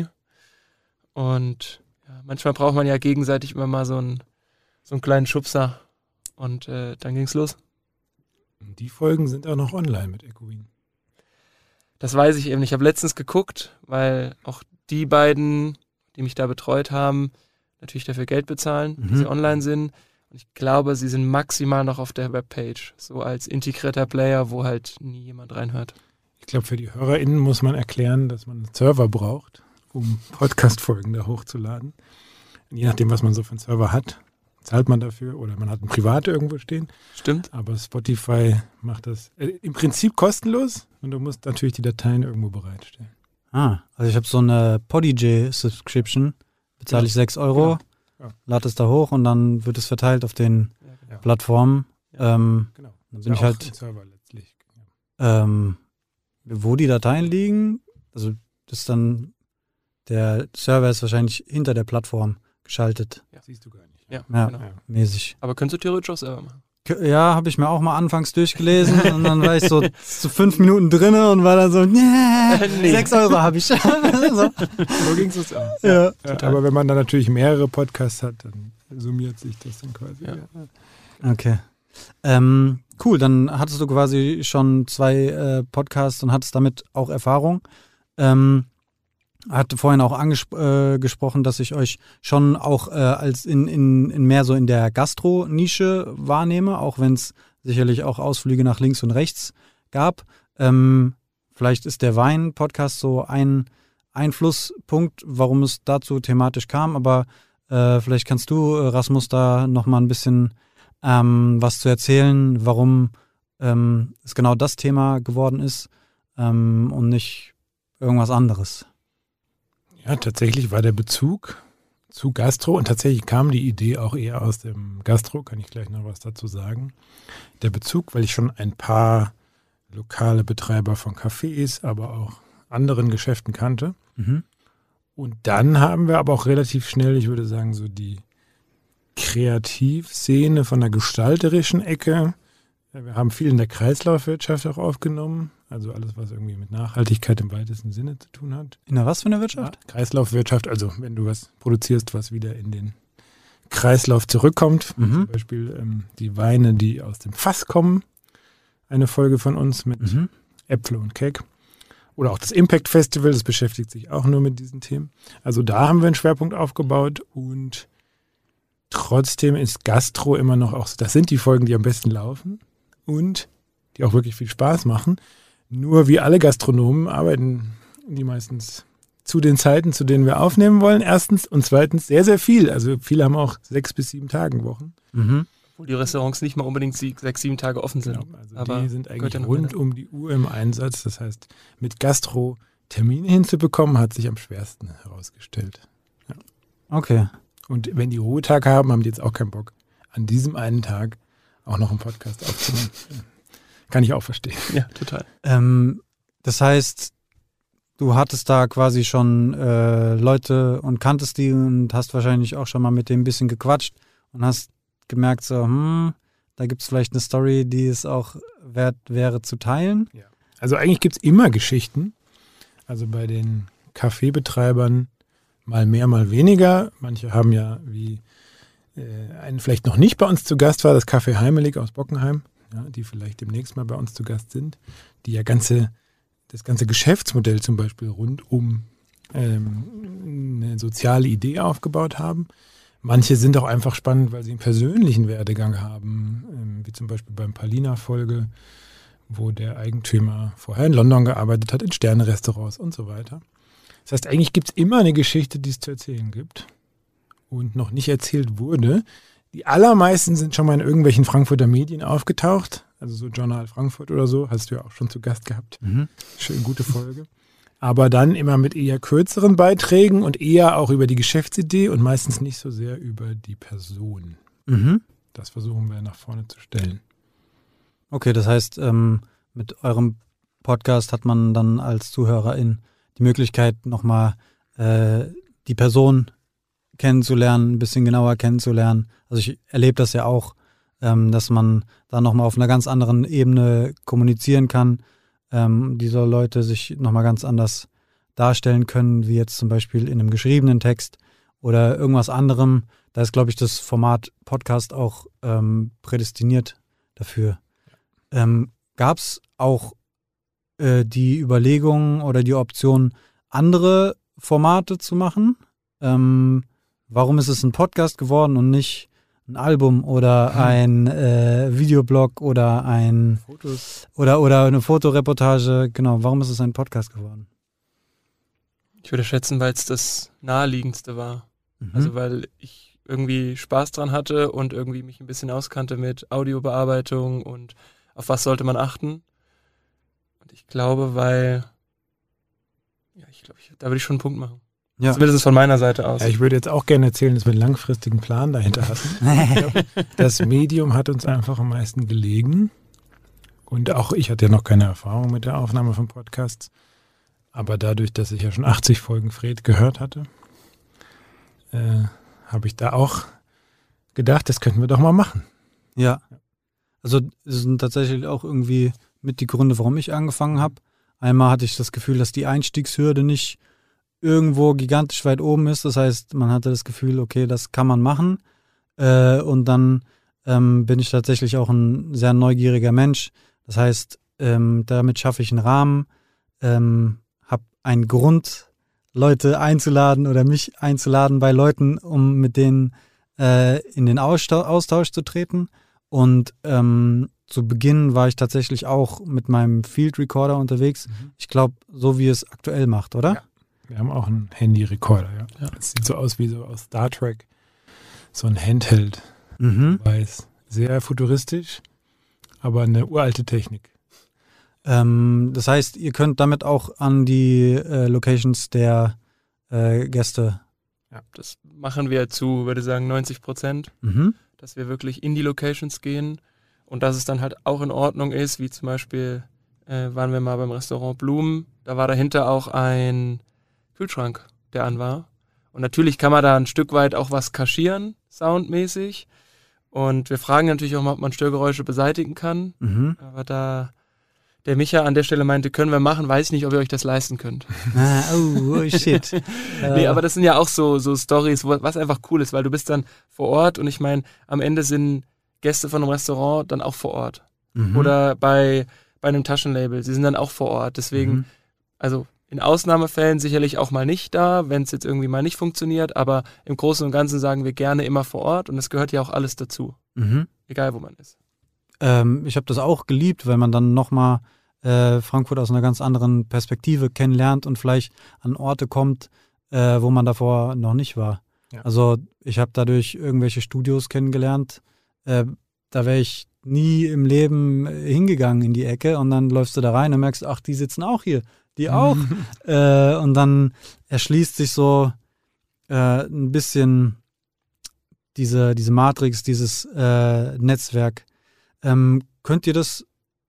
Speaker 1: Und ja, manchmal braucht man ja gegenseitig immer mal so einen, so einen kleinen Schubser. Und äh, dann ging's los.
Speaker 4: Und die Folgen sind auch noch online mit Ecowin.
Speaker 1: Das weiß ich eben nicht. Ich habe letztens geguckt, weil auch die beiden, die mich da betreut haben, natürlich dafür Geld bezahlen,
Speaker 3: Mhm.
Speaker 1: die sie online sind. Und ich glaube, sie sind maximal noch auf der Webpage, so als integrierter Player, wo halt nie jemand reinhört.
Speaker 4: Ich glaube, für die HörerInnen muss man erklären, dass man einen Server braucht, um Podcast-Folgen da hochzuladen. Und je nachdem, was man so für einen Server hat, zahlt man dafür oder man hat einen Privat irgendwo stehen.
Speaker 1: Stimmt?
Speaker 4: Aber Spotify macht das äh, im Prinzip kostenlos und du musst natürlich die Dateien irgendwo bereitstellen.
Speaker 3: Ah, also ich habe so eine Podigy-Subscription, bezahle
Speaker 4: Genau.
Speaker 3: ich sechs Euro,
Speaker 4: Genau. Ja.
Speaker 3: lade es da hoch und dann wird es verteilt auf den
Speaker 4: Ja.
Speaker 3: Plattformen.
Speaker 1: Ja.
Speaker 3: Ähm,
Speaker 4: Genau.
Speaker 3: dann
Speaker 4: Ist
Speaker 3: bin
Speaker 4: ja
Speaker 3: ich
Speaker 4: auch
Speaker 3: halt,
Speaker 4: ein Server letztlich. Ja.
Speaker 3: ähm, wo die Dateien liegen, also das ist dann, der Server ist wahrscheinlich hinter der Plattform geschaltet,
Speaker 1: Ja.
Speaker 4: Siehst du gar nicht.
Speaker 1: Ja,
Speaker 3: Ja.
Speaker 1: genau.
Speaker 4: Ja.
Speaker 3: mäßig.
Speaker 1: Aber könntest du theoretisch auch selber machen.
Speaker 3: K- Ja, habe ich mir auch mal anfangs durchgelesen und dann war ich so zu fünf Minuten drinne und war dann so, nee,
Speaker 1: Nee.
Speaker 3: sechs Euro habe ich. so.
Speaker 4: So ging es uns auch.
Speaker 3: Ja.
Speaker 4: Ja, aber wenn man dann natürlich mehrere Podcasts hat, dann summiert sich das dann quasi.
Speaker 1: Ja.
Speaker 4: Ja.
Speaker 3: Okay. Ähm, cool, dann hattest du quasi schon zwei äh, Podcasts und hattest damit auch Erfahrung. Ähm, hatte vorhin auch angesprochen, äh, dass ich euch schon auch äh, als in, in, in mehr so in der Gastro-Nische wahrnehme, auch wenn es sicherlich auch Ausflüge nach links und rechts gab. Ähm, vielleicht ist der Wein-Podcast so ein Einflusspunkt, warum es dazu thematisch kam, aber äh, vielleicht kannst du, äh, Rasmus, da nochmal ein bisschen ähm, was zu erzählen, warum ähm, es genau das Thema geworden ist ähm, und nicht irgendwas anderes.
Speaker 4: Ja, tatsächlich war der Bezug zu Gastro und tatsächlich kam die Idee auch eher aus dem Gastro, kann ich gleich noch was dazu sagen. Der Bezug, weil ich schon ein paar lokale Betreiber von Cafés, aber auch anderen Geschäften kannte.
Speaker 3: Mhm.
Speaker 4: Und dann haben wir aber auch relativ schnell, ich würde sagen, so die Kreativszene von der gestalterischen Ecke. Wir haben viel in der Kreislaufwirtschaft auch aufgenommen, also alles, was irgendwie mit Nachhaltigkeit im weitesten Sinne zu tun hat.
Speaker 3: In der was für eine Wirtschaft?
Speaker 4: Kreislaufwirtschaft, also wenn du was produzierst, was wieder in den Kreislauf zurückkommt.
Speaker 3: Mhm.
Speaker 4: Zum Beispiel ähm, die Weine, die aus dem Fass kommen. Eine Folge von uns mit
Speaker 3: Mhm.
Speaker 4: Äpfel und Keck. Oder auch das Impact Festival, das beschäftigt sich auch nur mit diesen Themen. Also da haben wir einen Schwerpunkt aufgebaut und trotzdem ist Gastro immer noch auch so, das sind die Folgen, die am besten laufen und die auch wirklich viel Spaß machen. Nur wie alle Gastronomen arbeiten die meistens zu den Zeiten, zu denen wir aufnehmen wollen, erstens und zweitens sehr, sehr viel. Also viele haben auch sechs bis sieben Tage Wochen.
Speaker 3: Mhm.
Speaker 1: Obwohl die Restaurants nicht mal unbedingt sie- sechs, sieben Tage offen sind.
Speaker 4: Genau, also
Speaker 1: Aber
Speaker 4: die sind
Speaker 1: gehört
Speaker 4: eigentlich
Speaker 1: ja noch
Speaker 4: rund
Speaker 1: mit.
Speaker 4: um die Uhr im Einsatz. Das heißt, mit Gastro Termine hinzubekommen, hat sich am schwersten herausgestellt.
Speaker 3: Okay.
Speaker 4: Und wenn die Ruhetag haben, haben die jetzt auch keinen Bock, an diesem einen Tag auch noch einen Podcast aufzunehmen. Kann ich auch verstehen.
Speaker 1: Ja, total.
Speaker 3: Ähm, das heißt, du hattest da quasi schon äh, Leute und kanntest die und hast wahrscheinlich auch schon mal mit denen ein bisschen gequatscht und hast gemerkt so, hm, da gibt es vielleicht eine Story, die es auch wert wäre zu teilen.
Speaker 4: Also eigentlich gibt es immer Geschichten, Also bei den Kaffeebetreibern mal mehr, mal weniger. Manche haben ja, wie äh, einen vielleicht noch nicht bei uns zu Gast war, das Café Heimelig aus Bockenheim, ja, die vielleicht demnächst mal bei uns zu Gast sind, die ja ganze, das ganze Geschäftsmodell zum Beispiel rund um ähm, eine soziale Idee aufgebaut haben. Manche sind auch einfach spannend, weil sie einen persönlichen Werdegang haben, ähm, wie zum Beispiel beim Palina-Folge, wo der Eigentümer vorher in London gearbeitet hat, in Sterne-Restaurants und so weiter. Das heißt, eigentlich gibt es immer eine Geschichte, die es zu erzählen gibt und noch nicht erzählt wurde. Die allermeisten sind schon mal in irgendwelchen Frankfurter Medien aufgetaucht, also so Journal Frankfurt oder so, hast du ja auch schon zu Gast gehabt. Mhm. Schön, gute Folge. Aber dann immer mit eher kürzeren Beiträgen und eher auch über die Geschäftsidee und meistens nicht so sehr über die Person. Mhm. Das versuchen wir nach vorne zu stellen.
Speaker 3: Okay, das heißt, ähm, mit eurem Podcast hat man dann als Zuhörerin die Möglichkeit, nochmal äh, die Person kennenzulernen, ein bisschen genauer kennenzulernen. Also ich erlebe das ja auch, ähm, dass man da nochmal auf einer ganz anderen Ebene kommunizieren kann. Ähm, diese Leute sich nochmal ganz anders darstellen können, wie jetzt zum Beispiel in einem geschriebenen Text oder irgendwas anderem. Da ist, glaube ich, das Format Podcast auch ähm, prädestiniert dafür. Ähm, gab es auch äh, die Überlegung oder die Option, andere Formate zu machen? Ähm, warum ist es ein Podcast geworden und nicht ein Album oder hm. ein äh, Videoblog oder ein Fotos. oder oder eine Fotoreportage? Genau, warum ist es ein Podcast geworden?
Speaker 1: Ich würde schätzen, weil es das Naheliegendste war. Mhm. Also weil ich irgendwie Spaß dran hatte und irgendwie mich ein bisschen auskannte mit Audiobearbeitung und auf was sollte man achten. Und ich glaube, weil, ja, ich glaube, ich, da würde ich schon einen Punkt machen. Ja. Zumindest von meiner Seite aus.
Speaker 4: Ja, ich würde jetzt auch gerne erzählen, dass wir einen langfristigen Plan dahinter hatten. Ich glaube, das Medium hat uns einfach am meisten gelegen. Und auch ich hatte ja noch keine Erfahrung mit der Aufnahme von Podcasts. Aber dadurch, dass ich ja schon achtzig Folgen Fred gehört hatte, äh, habe ich da auch gedacht, das könnten wir doch mal machen.
Speaker 3: Ja. Also das sind tatsächlich auch irgendwie mit die Gründe, warum ich angefangen habe. Einmal hatte ich das Gefühl, dass die Einstiegshürde nicht irgendwo gigantisch weit oben ist. Das heißt, man hatte das Gefühl, okay, das kann man machen. Äh, und dann ähm, bin ich tatsächlich auch ein sehr neugieriger Mensch. Das heißt, ähm, damit schaffe ich einen Rahmen, ähm, habe einen Grund, Leute einzuladen oder mich einzuladen bei Leuten, um mit denen äh, in den Austausch, Austausch zu treten. Und ähm, zu Beginn war ich tatsächlich auch mit meinem Field Recorder unterwegs. Mhm. Ich glaube, so wie es aktuell macht, oder?
Speaker 4: Ja. Wir haben auch einen Handy-Recorder, ja. ja. Das sieht so aus wie so aus Star Trek. So ein Handheld. Mhm. Weiß. Sehr futuristisch, aber eine uralte Technik.
Speaker 3: Ähm, das heißt, ihr könnt damit auch an die äh, Locations der äh, Gäste.
Speaker 1: Ja, das machen wir zu, würde ich sagen, neunzig Prozent. Mhm. Dass wir wirklich in die Locations gehen und dass es dann halt auch in Ordnung ist, wie zum Beispiel äh, waren wir mal beim Restaurant Blumen, da war dahinter auch ein Kühlschrank, der an war. Und natürlich kann man da ein Stück weit auch was kaschieren, soundmäßig. Und wir fragen natürlich auch mal, ob man Störgeräusche beseitigen kann. Mhm. Aber da der Micha an der Stelle meinte, können wir machen, weiß ich nicht, ob ihr euch das leisten könnt.
Speaker 3: Ah, oh, oh shit.
Speaker 1: Nee, aber das sind ja auch so, so Storys, was einfach cool ist, weil du bist dann vor Ort und ich meine, am Ende sind Gäste von einem Restaurant dann auch vor Ort. Mhm. Oder bei, bei einem Taschenlabel, sie sind dann auch vor Ort. Deswegen, mhm. also in Ausnahmefällen sicherlich auch mal nicht da, wenn es jetzt irgendwie mal nicht funktioniert, aber im Großen und Ganzen sagen wir gerne immer vor Ort und es gehört ja auch alles dazu, mhm. egal wo man ist.
Speaker 3: Ähm, ich habe das auch geliebt, weil man dann nochmal äh, Frankfurt aus einer ganz anderen Perspektive kennenlernt und vielleicht an Orte kommt, äh, wo man davor noch nicht war. Ja. Also ich habe dadurch irgendwelche Studios kennengelernt, äh, da wäre ich nie im Leben hingegangen in die Ecke und dann läufst du da rein und merkst, ach, die sitzen auch hier. Die auch. äh, und dann erschließt sich so äh, ein bisschen diese, diese Matrix, dieses äh, Netzwerk. Ähm, könnt ihr das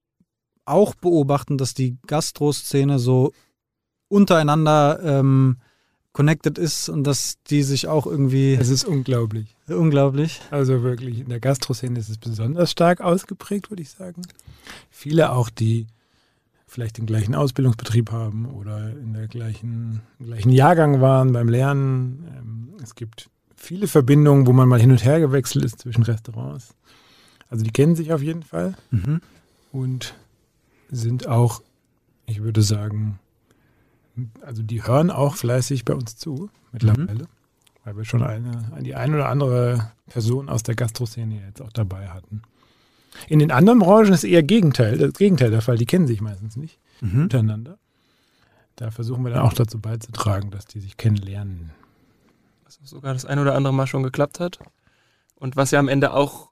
Speaker 3: auch beobachten, dass die Gastro-Szene so untereinander ähm, connected ist und dass die sich auch irgendwie...
Speaker 4: Es ist unglaublich.
Speaker 3: Unglaublich.
Speaker 4: Also wirklich, in der Gastro-Szene ist es besonders stark ausgeprägt, würde ich sagen. Viele auch, die vielleicht den gleichen Ausbildungsbetrieb haben oder in der gleichen, im gleichen Jahrgang waren beim Lernen. Ähm, es gibt viele Verbindungen, wo man mal hin und her gewechselt ist zwischen Restaurants. Also die kennen sich auf jeden Fall
Speaker 3: Mhm.
Speaker 4: und sind auch, ich würde sagen, also die hören auch fleißig bei uns zu mittlerweile, weil wir schon eine, die ein oder andere Person aus der Gastroszene jetzt auch dabei hatten. In den anderen Branchen ist eher Gegenteil, das Gegenteil der Fall. Die kennen sich meistens nicht
Speaker 3: Mhm.
Speaker 4: untereinander. Da versuchen wir dann auch dazu beizutragen, dass die sich kennenlernen.
Speaker 1: Was sogar das ein oder andere Mal schon geklappt hat. Und was ja am Ende auch,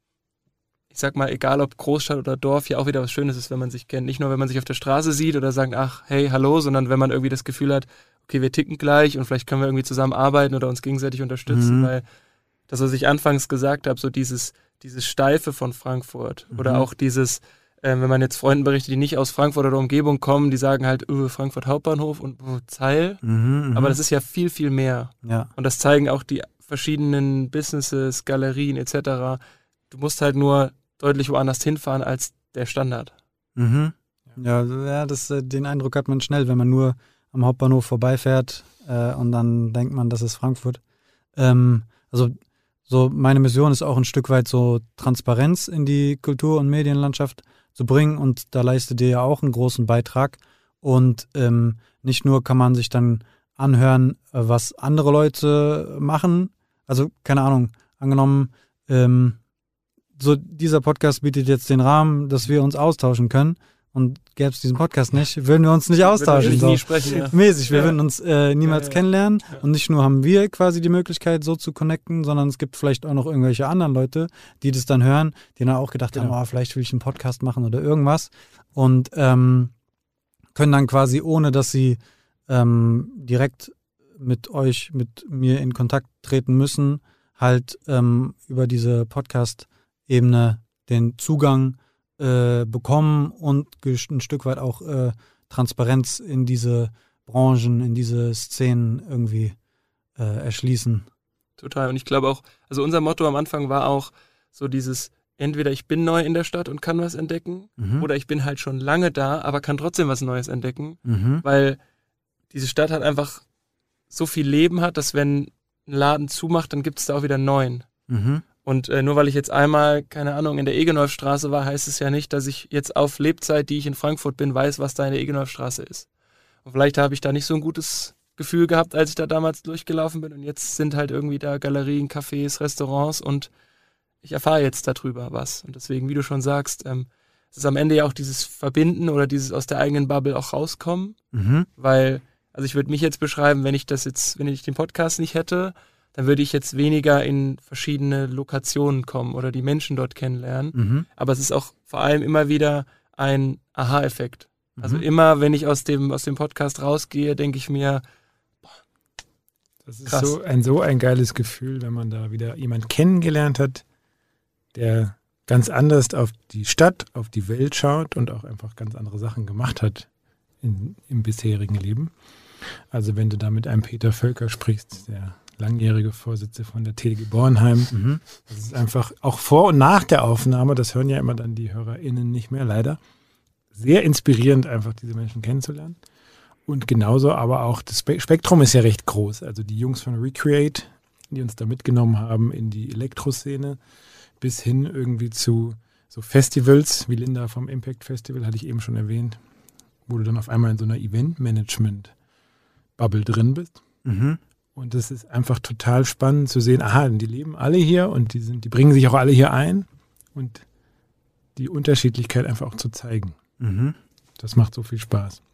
Speaker 1: ich sag mal, egal ob Großstadt oder Dorf, ja auch wieder was Schönes ist, wenn man sich kennt. Nicht nur, wenn man sich auf der Straße sieht oder sagt, ach, hey, hallo, sondern wenn man irgendwie das Gefühl hat, okay, wir ticken gleich und vielleicht können wir irgendwie zusammen arbeiten oder uns gegenseitig unterstützen,
Speaker 3: Mhm.
Speaker 1: weil das, was ich anfangs gesagt habe, so dieses, dieses Steife von Frankfurt
Speaker 3: Mhm.
Speaker 1: oder auch dieses, äh, wenn man jetzt Freunden berichtet, die nicht aus Frankfurt oder Umgebung kommen, die sagen halt, öh, Frankfurt Hauptbahnhof und öh, Zeil,
Speaker 3: Mhm, mhm.
Speaker 1: aber das ist ja viel, viel mehr.
Speaker 3: ja.
Speaker 1: Und das zeigen auch die verschiedenen Businesses, Galerien et cetera. Du musst halt nur deutlich woanders hinfahren als der Standard.
Speaker 3: Mhm. Ja, also, ja das, äh, den Eindruck hat man schnell, wenn man nur am Hauptbahnhof vorbeifährt äh, und dann denkt man, das ist Frankfurt. Ähm, also so meine Mission ist auch ein Stück weit so Transparenz in die Kultur- und Medienlandschaft zu bringen und da leistet ihr ja auch einen großen Beitrag. Und ähm, nicht nur kann man sich dann anhören, äh, was andere Leute machen, also keine Ahnung, angenommen, ähm, so dieser Podcast bietet jetzt den Rahmen, dass wir uns austauschen können. Und gäbe es diesen Podcast nicht, würden wir uns nicht austauschen.
Speaker 1: Würden wir
Speaker 3: So.
Speaker 1: nie sprechen, ja.
Speaker 3: Mäßig, wir
Speaker 1: Ja.
Speaker 3: würden uns äh, niemals
Speaker 1: Ja, ja.
Speaker 3: kennenlernen.
Speaker 1: Ja.
Speaker 3: Und nicht nur haben wir quasi die Möglichkeit, so zu connecten, sondern es gibt vielleicht auch noch irgendwelche anderen Leute, die das dann hören, die dann auch gedacht
Speaker 4: Genau.
Speaker 3: haben, oh, vielleicht will ich einen Podcast machen oder irgendwas. Und ähm, können dann quasi, ohne dass sie ähm, direkt mit euch, mit mir in Kontakt treten müssen, halt ähm, über diese Podcast-Ebene den Zugang äh, bekommen und ges- ein Stück weit auch äh, Transparenz in diese Branchen, in diese Szenen irgendwie äh, erschließen.
Speaker 1: Total. Und ich glaube auch, also unser Motto am Anfang war auch so dieses, entweder ich bin neu in der Stadt und kann was entdecken,
Speaker 3: Mhm.
Speaker 1: oder ich bin halt schon lange da, aber kann trotzdem was Neues entdecken,
Speaker 3: Mhm.
Speaker 1: weil diese Stadt halt einfach so viel Leben hat, dass wenn ein Laden zumacht, dann gibt es da auch wieder einen neuen.
Speaker 3: Mhm.
Speaker 1: Und äh, nur weil ich jetzt einmal, keine Ahnung, in der Egenolfstraße war, heißt es ja nicht, dass ich jetzt auf Lebzeit, die ich in Frankfurt bin, weiß, was da in der Egenolfstraße ist. Und vielleicht habe ich da nicht so ein gutes Gefühl gehabt, als ich da damals durchgelaufen bin. Und jetzt sind halt irgendwie da Galerien, Cafés, Restaurants und ich erfahre jetzt darüber was. Und deswegen, wie du schon sagst, ähm, es ist am Ende ja auch dieses Verbinden oder dieses aus der eigenen Bubble auch rauskommen,
Speaker 3: Mhm.
Speaker 1: weil, also ich würde mich jetzt beschreiben, wenn ich das jetzt, wenn ich den Podcast nicht hätte, dann würde ich jetzt weniger in verschiedene Lokationen kommen oder die Menschen dort kennenlernen.
Speaker 3: Mhm.
Speaker 1: Aber es ist auch vor allem immer wieder ein Aha-Effekt. Also
Speaker 3: Mhm.
Speaker 1: immer, wenn ich aus dem, aus dem Podcast rausgehe, denke ich mir,
Speaker 4: Das ist
Speaker 1: Krass.
Speaker 4: so ein, so ein geiles Gefühl, wenn man da wieder jemanden kennengelernt hat, der ganz anders auf die Stadt, auf die Welt schaut und auch einfach ganz andere Sachen gemacht hat in, im bisherigen Leben. Also wenn du da mit einem Peter Völker sprichst, der langjährige Vorsitzende von der T G Bornheim,
Speaker 3: Mhm.
Speaker 4: das ist einfach auch vor und nach der Aufnahme, das hören ja immer dann die HörerInnen nicht mehr, leider, sehr inspirierend, einfach diese Menschen kennenzulernen. Und genauso aber auch, das Spe- Spektrum ist ja recht groß. Also die Jungs von Recreate, die uns da mitgenommen haben in die Elektroszene, bis hin irgendwie zu so Festivals, wie Linda vom Impact Festival, hatte ich eben schon erwähnt, wo du dann auf einmal in so einer Event-Management-Bubble drin bist.
Speaker 3: Mhm.
Speaker 4: Und das ist einfach total spannend zu sehen, aha, die leben alle hier und die sind, die bringen sich auch alle hier ein und die Unterschiedlichkeit einfach auch zu zeigen.
Speaker 3: Mhm.
Speaker 4: Das macht so viel Spaß.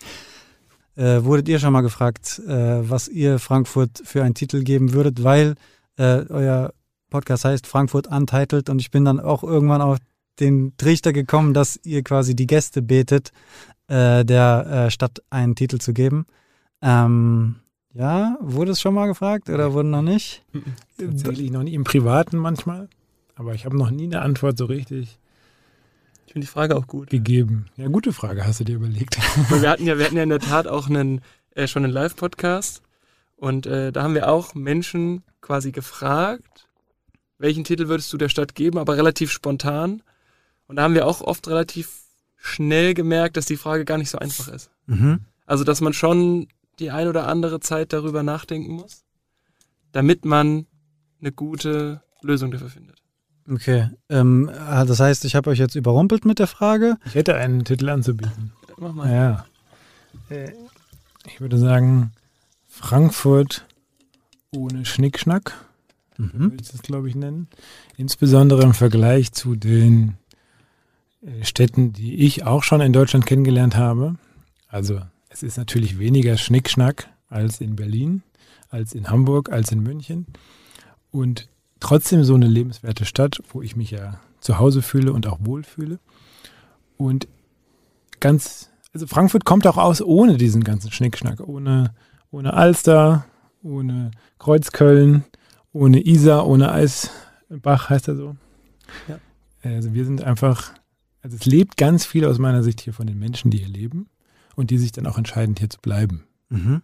Speaker 3: Äh, wurdet ihr schon mal gefragt, äh, was ihr Frankfurt für einen Titel geben würdet, weil äh, euer Podcast heißt Frankfurt Untitled und ich bin dann auch irgendwann auf den Trichter gekommen, dass ihr quasi die Gäste betet, äh, der äh, Stadt einen Titel zu geben. Ähm, ja, wurde es schon mal gefragt oder wurde noch nicht?
Speaker 4: Tatsächlich noch nie im Privaten manchmal, aber ich habe noch nie eine Antwort so richtig
Speaker 1: ich finde die Frage auch gut.
Speaker 4: gegeben. Ja, gute Frage, hast du dir überlegt.
Speaker 1: Weil wir hatten ja, wir hatten ja in der Tat auch einen, äh, schon einen Live-Podcast und äh, da haben wir auch Menschen quasi gefragt, welchen Titel würdest du der Stadt geben, aber relativ spontan. Und da haben wir auch oft relativ schnell gemerkt, dass die Frage gar nicht so einfach ist.
Speaker 3: Mhm.
Speaker 1: Also, dass man schon die ein oder andere Zeit darüber nachdenken muss, damit man eine gute Lösung dafür findet.
Speaker 3: Okay, ähm, das heißt, ich habe euch jetzt überrumpelt mit der Frage.
Speaker 4: Ich hätte einen Titel anzubieten.
Speaker 1: Mach mal.
Speaker 4: Ja. Ich würde sagen, Frankfurt ohne Schnickschnack,
Speaker 3: Mhm.
Speaker 4: würde ich das, glaube ich, nennen. Insbesondere im Vergleich zu den äh, Städten, die ich auch schon in Deutschland kennengelernt habe. Also es ist natürlich weniger Schnickschnack als in Berlin, als in Hamburg, als in München. Und trotzdem so eine lebenswerte Stadt, wo ich mich ja zu Hause fühle und auch wohlfühle. Und ganz, also Frankfurt kommt auch aus ohne diesen ganzen Schnickschnack, ohne, ohne Alster, ohne Kreuzköln, ohne Isar, ohne Eisbach, heißt er so.
Speaker 1: Ja.
Speaker 4: Also wir sind einfach, also es lebt ganz viel aus meiner Sicht hier von den Menschen, die hier leben und die sich dann auch entscheiden, hier zu bleiben.
Speaker 3: Mhm.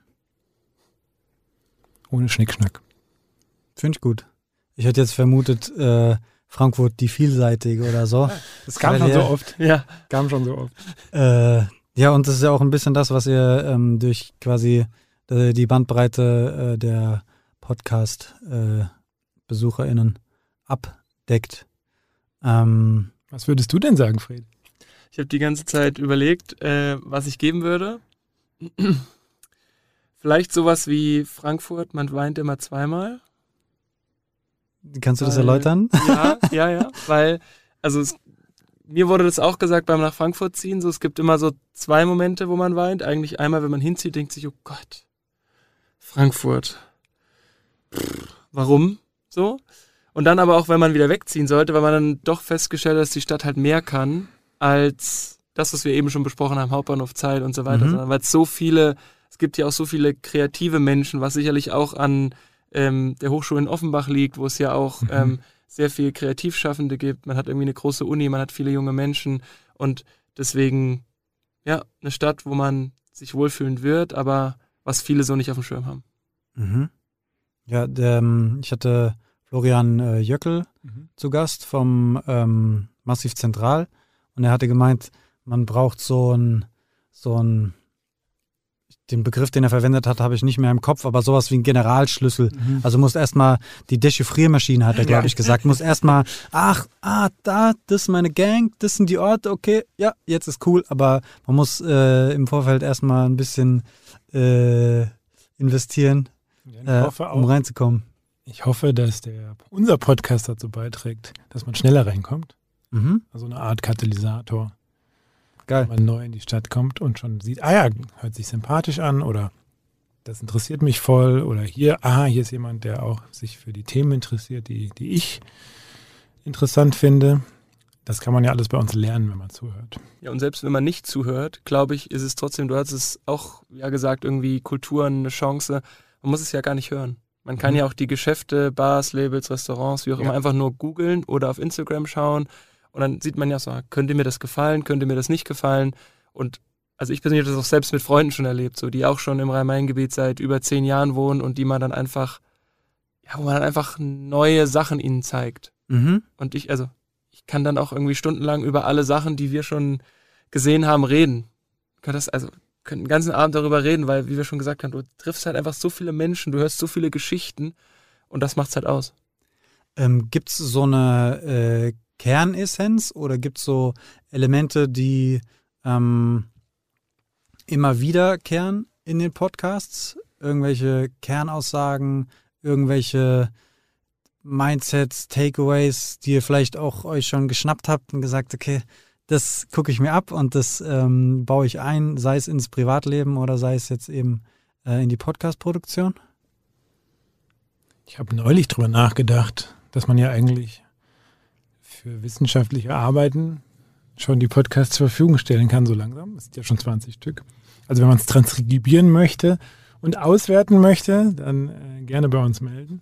Speaker 4: Ohne Schnickschnack.
Speaker 3: Finde ich gut. Ich hätte jetzt vermutet, äh, Frankfurt die vielseitige oder so.
Speaker 4: Das kam
Speaker 3: Weil
Speaker 4: schon
Speaker 3: ihr-
Speaker 4: so oft.
Speaker 1: Ja,
Speaker 4: Kam schon so oft.
Speaker 3: Äh, ja, und das ist ja auch ein bisschen das, was ihr ähm, durch quasi äh, die Bandbreite äh, der Podcast-BesucherInnen abdeckt. Ähm,
Speaker 4: Was würdest du denn sagen, Fred?
Speaker 1: ich habe die ganze Zeit überlegt, äh, was ich geben würde. Vielleicht sowas wie Frankfurt, man weint immer zweimal.
Speaker 3: kannst du das
Speaker 1: Weil-
Speaker 3: erläutern?
Speaker 1: Ja, ja, ja, weil, also es, mir wurde das auch gesagt beim nach Frankfurt ziehen, so es gibt immer so zwei Momente, wo man weint. Eigentlich einmal, wenn man hinzieht, denkt sich, oh Gott, Frankfurt. Pff, warum? So. Und dann aber auch, wenn man wieder wegziehen sollte, weil man dann doch festgestellt hat, dass die Stadt halt mehr kann, als das, was wir eben schon besprochen haben, Hauptbahnhof Zeit und so weiter,
Speaker 3: Mhm.
Speaker 1: sondern weil es so viele, es gibt ja auch so viele kreative Menschen, was sicherlich auch an ähm, der Hochschule in Offenbach liegt, wo es ja auch
Speaker 4: Mhm.
Speaker 1: ähm, sehr viel Kreativschaffende gibt. Man hat irgendwie eine große Uni, man hat viele junge Menschen und deswegen, ja, eine Stadt, wo man sich wohlfühlen wird, aber was viele so nicht auf dem Schirm haben.
Speaker 3: Mhm. Ja, der, ähm, ich hatte Florian äh, Jöckel
Speaker 4: Mhm.
Speaker 3: zu Gast vom ähm, Massiv Zentral und er hatte gemeint, man braucht so ein, so ein, den Begriff, den er verwendet hat, habe ich nicht mehr im Kopf, aber sowas wie ein Generalschlüssel.
Speaker 4: Mhm.
Speaker 3: Also muss erstmal die Dechiffriermaschine, hat er, glaube ich, gesagt, muss erstmal, ach, ah, da, das ist meine Gang, das sind die Orte, okay, ja, jetzt ist cool, aber man muss äh, im Vorfeld erstmal ein bisschen äh, investieren,
Speaker 4: Ja, ich,
Speaker 3: äh,
Speaker 4: hoffe
Speaker 3: um
Speaker 4: auch,
Speaker 3: reinzukommen.
Speaker 4: ich hoffe, dass der, unser Podcast dazu beiträgt, dass man schneller reinkommt.
Speaker 3: Mhm.
Speaker 4: Also eine Art Katalysator.
Speaker 3: Geil.
Speaker 4: Wenn man neu in die Stadt kommt und schon sieht, ah ja, hört sich sympathisch an oder das interessiert mich voll oder hier, ah, hier ist jemand, der auch sich für die Themen interessiert, die, die ich interessant finde. Das kann man ja alles bei uns lernen, wenn man zuhört.
Speaker 1: Ja, und selbst wenn man nicht zuhört, glaube ich, ist es trotzdem, du hast es auch ja gesagt, irgendwie Kulturen eine Chance. Man muss es ja gar nicht hören. Man kann
Speaker 4: Mhm.
Speaker 1: ja auch die Geschäfte, Bars, Labels, Restaurants, wie auch
Speaker 4: Ja.
Speaker 1: immer, einfach nur googeln oder auf Instagram schauen. Und dann sieht man ja so, könnte mir das gefallen, könnte mir das nicht gefallen. Und also ich persönlich habe das auch selbst mit Freunden schon erlebt, so die auch schon im Rhein-Main-Gebiet seit über zehn Jahren wohnen und die man dann einfach, ja, wo man dann einfach neue Sachen ihnen zeigt.
Speaker 3: Mhm.
Speaker 1: Und ich, also, ich kann dann auch irgendwie stundenlang über alle Sachen, die wir schon gesehen haben, reden. Kann das, also, können den ganzen Abend darüber reden, weil, wie wir schon gesagt haben, du triffst halt einfach so viele Menschen, du hörst so viele Geschichten und das macht's halt aus.
Speaker 3: Ähm, gibt es so eine äh, Kernessenz oder gibt es so Elemente, die ähm, immer wiederkehren in den Podcasts? Irgendwelche Kernaussagen, irgendwelche Mindsets, Takeaways, die ihr vielleicht auch euch schon geschnappt habt und gesagt, okay, das gucke ich mir ab und das ähm, baue ich ein, sei es ins Privatleben oder sei es jetzt eben äh, in die Podcast-Produktion?
Speaker 4: Ich habe neulich drüber nachgedacht, dass man ja eigentlich für wissenschaftliche Arbeiten schon die Podcasts zur Verfügung stellen kann, so langsam. Das sind ja schon zwanzig Stück. Also wenn man es transkribieren möchte und auswerten möchte, dann äh, gerne bei uns melden.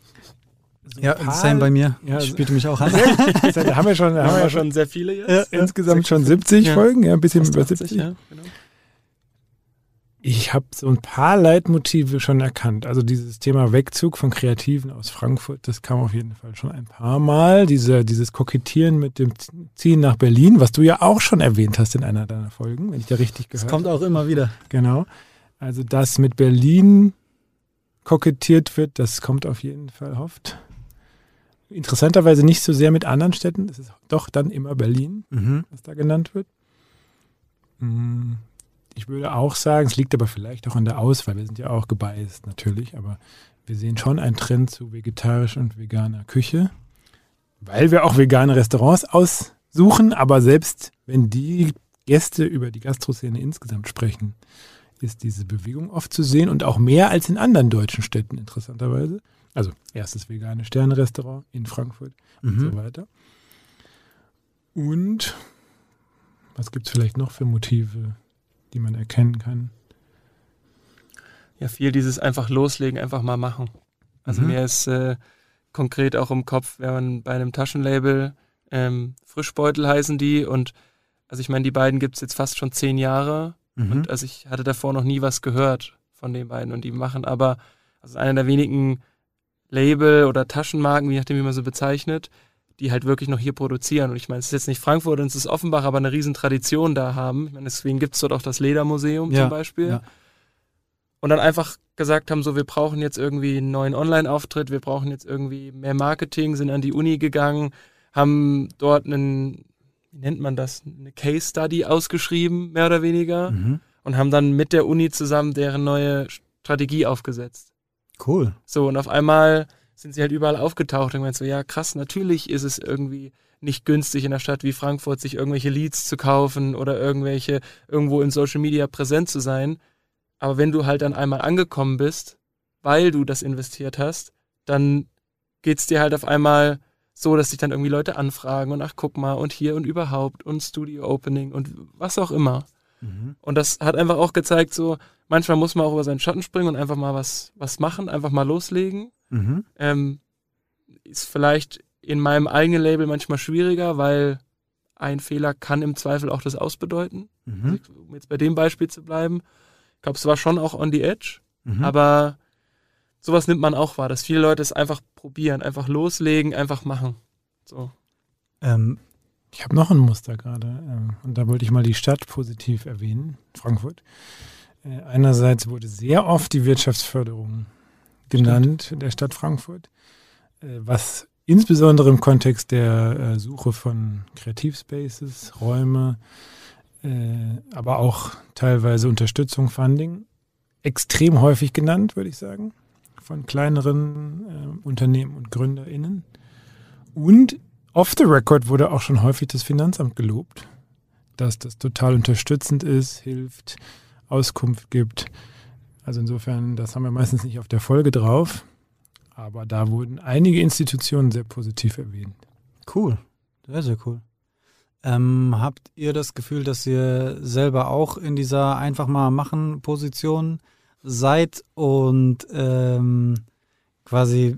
Speaker 4: So
Speaker 3: Ja,
Speaker 4: ein paar-
Speaker 3: same bei mir.
Speaker 4: Ja,
Speaker 3: Ich
Speaker 4: so-
Speaker 3: spielte mich auch an.
Speaker 4: Da haben wir schon, da haben wir ja schon
Speaker 1: sehr viele jetzt.
Speaker 3: Ja,
Speaker 4: insgesamt schon siebzig
Speaker 1: Ja.
Speaker 4: Folgen, ja, ein bisschen
Speaker 1: Fast
Speaker 4: über
Speaker 1: achtzig,
Speaker 4: siebzig.
Speaker 1: ja, genau.
Speaker 4: Ich habe so ein paar Leitmotive schon erkannt. Also dieses Thema Wegzug von Kreativen aus Frankfurt, das kam auf jeden Fall schon ein paar Mal. Diese, dieses Kokettieren mit dem Ziehen nach Berlin, was du ja auch schon erwähnt hast in einer deiner Folgen, wenn ich da richtig gehört habe.
Speaker 3: Das kommt auch immer wieder.
Speaker 4: Genau. Also dass mit Berlin kokettiert wird, das kommt auf jeden Fall oft. Interessanterweise nicht so sehr mit anderen Städten. Es ist doch dann immer Berlin,
Speaker 3: Mhm.
Speaker 4: was da genannt wird. Ich würde auch sagen, es liegt aber vielleicht auch an der Auswahl. Wir sind ja auch gebiased natürlich, aber wir sehen schon einen Trend zu vegetarisch und veganer Küche, weil wir auch vegane Restaurants aussuchen. Aber selbst wenn die Gäste über die Gastroszene insgesamt sprechen, ist diese Bewegung oft zu sehen und auch mehr als in anderen deutschen Städten interessanterweise. Also erstes vegane Sterne-Restaurant in Frankfurt und
Speaker 3: Mhm.
Speaker 4: so weiter. Und was gibt es vielleicht noch für Motive, die man erkennen kann?
Speaker 1: Ja, viel dieses einfach loslegen, einfach mal machen. Also
Speaker 3: Mhm.
Speaker 1: mir ist äh, konkret auch im Kopf, wenn man bei einem Taschenlabel, ähm, Frischbeutel heißen die, und also ich meine, die beiden gibt es jetzt fast schon zehn Jahre
Speaker 3: Mhm.
Speaker 1: und also ich hatte davor noch nie was gehört von den beiden, und die machen aber, also einer der wenigen Label oder Taschenmarken, je nachdem wie man sie bezeichnet, die halt wirklich noch hier produzieren. Und ich meine, es ist jetzt nicht Frankfurt und es ist Offenbach, aber eine riesen Tradition da haben. Ich meine, deswegen gibt es dort auch das Ledermuseum
Speaker 3: Ja,
Speaker 1: zum Beispiel.
Speaker 3: ja.
Speaker 1: Und dann einfach gesagt haben, so, wir brauchen jetzt irgendwie einen neuen Online-Auftritt, wir brauchen jetzt irgendwie mehr Marketing, sind an die Uni gegangen, haben dort einen, wie nennt man das, eine Case-Study ausgeschrieben, mehr oder weniger,
Speaker 3: Mhm.
Speaker 1: und haben dann mit der Uni zusammen deren neue Strategie aufgesetzt.
Speaker 3: Cool.
Speaker 1: So, und auf einmal sind sie halt überall aufgetaucht und meinst so, ja krass, natürlich ist es irgendwie nicht günstig in einer Stadt wie Frankfurt, sich irgendwelche Leads zu kaufen oder irgendwelche, irgendwo in Social Media präsent zu sein. Aber wenn du halt dann einmal angekommen bist, weil du das investiert hast, dann geht's dir halt auf einmal so, dass dich dann irgendwie Leute anfragen und ach, guck mal und hier und überhaupt und Studio Opening und was auch immer.
Speaker 3: Mhm.
Speaker 1: Und das hat einfach auch gezeigt, so, manchmal muss man auch über seinen Schatten springen und einfach mal was, was machen, einfach mal loslegen.
Speaker 3: Mhm.
Speaker 1: Ähm, ist vielleicht in meinem eigenen Label manchmal schwieriger, weil ein Fehler kann im Zweifel auch das Ausbedeuten.
Speaker 3: Mhm.
Speaker 1: Um jetzt bei dem Beispiel zu bleiben. Ich glaube, es war schon auch on the edge,
Speaker 3: Mhm.
Speaker 1: aber sowas nimmt man auch wahr, dass viele Leute es einfach probieren, einfach loslegen, einfach machen. So.
Speaker 3: Ähm,
Speaker 4: Ich habe noch ein Muster gerade äh, und da wollte ich mal die Stadt positiv erwähnen, Frankfurt. Äh, einerseits wurde sehr oft die Wirtschaftsförderung genannt der Stadt Frankfurt, äh, was insbesondere im Kontext der äh, Suche von Kreativspaces, Räume, äh, aber auch teilweise Unterstützung, Funding, extrem häufig genannt, würde ich sagen, von kleineren äh, Unternehmen und GründerInnen. Und off the record wurde auch schon häufig das Finanzamt gelobt, dass das total unterstützend ist, hilft, Auskunft gibt. Also insofern, das haben wir meistens nicht auf der Folge drauf, aber da wurden einige Institutionen sehr positiv erwähnt.
Speaker 3: Cool. Sehr, sehr cool. Ähm, habt ihr das Gefühl, dass ihr selber auch in dieser einfach mal machen Position seid und ähm, quasi,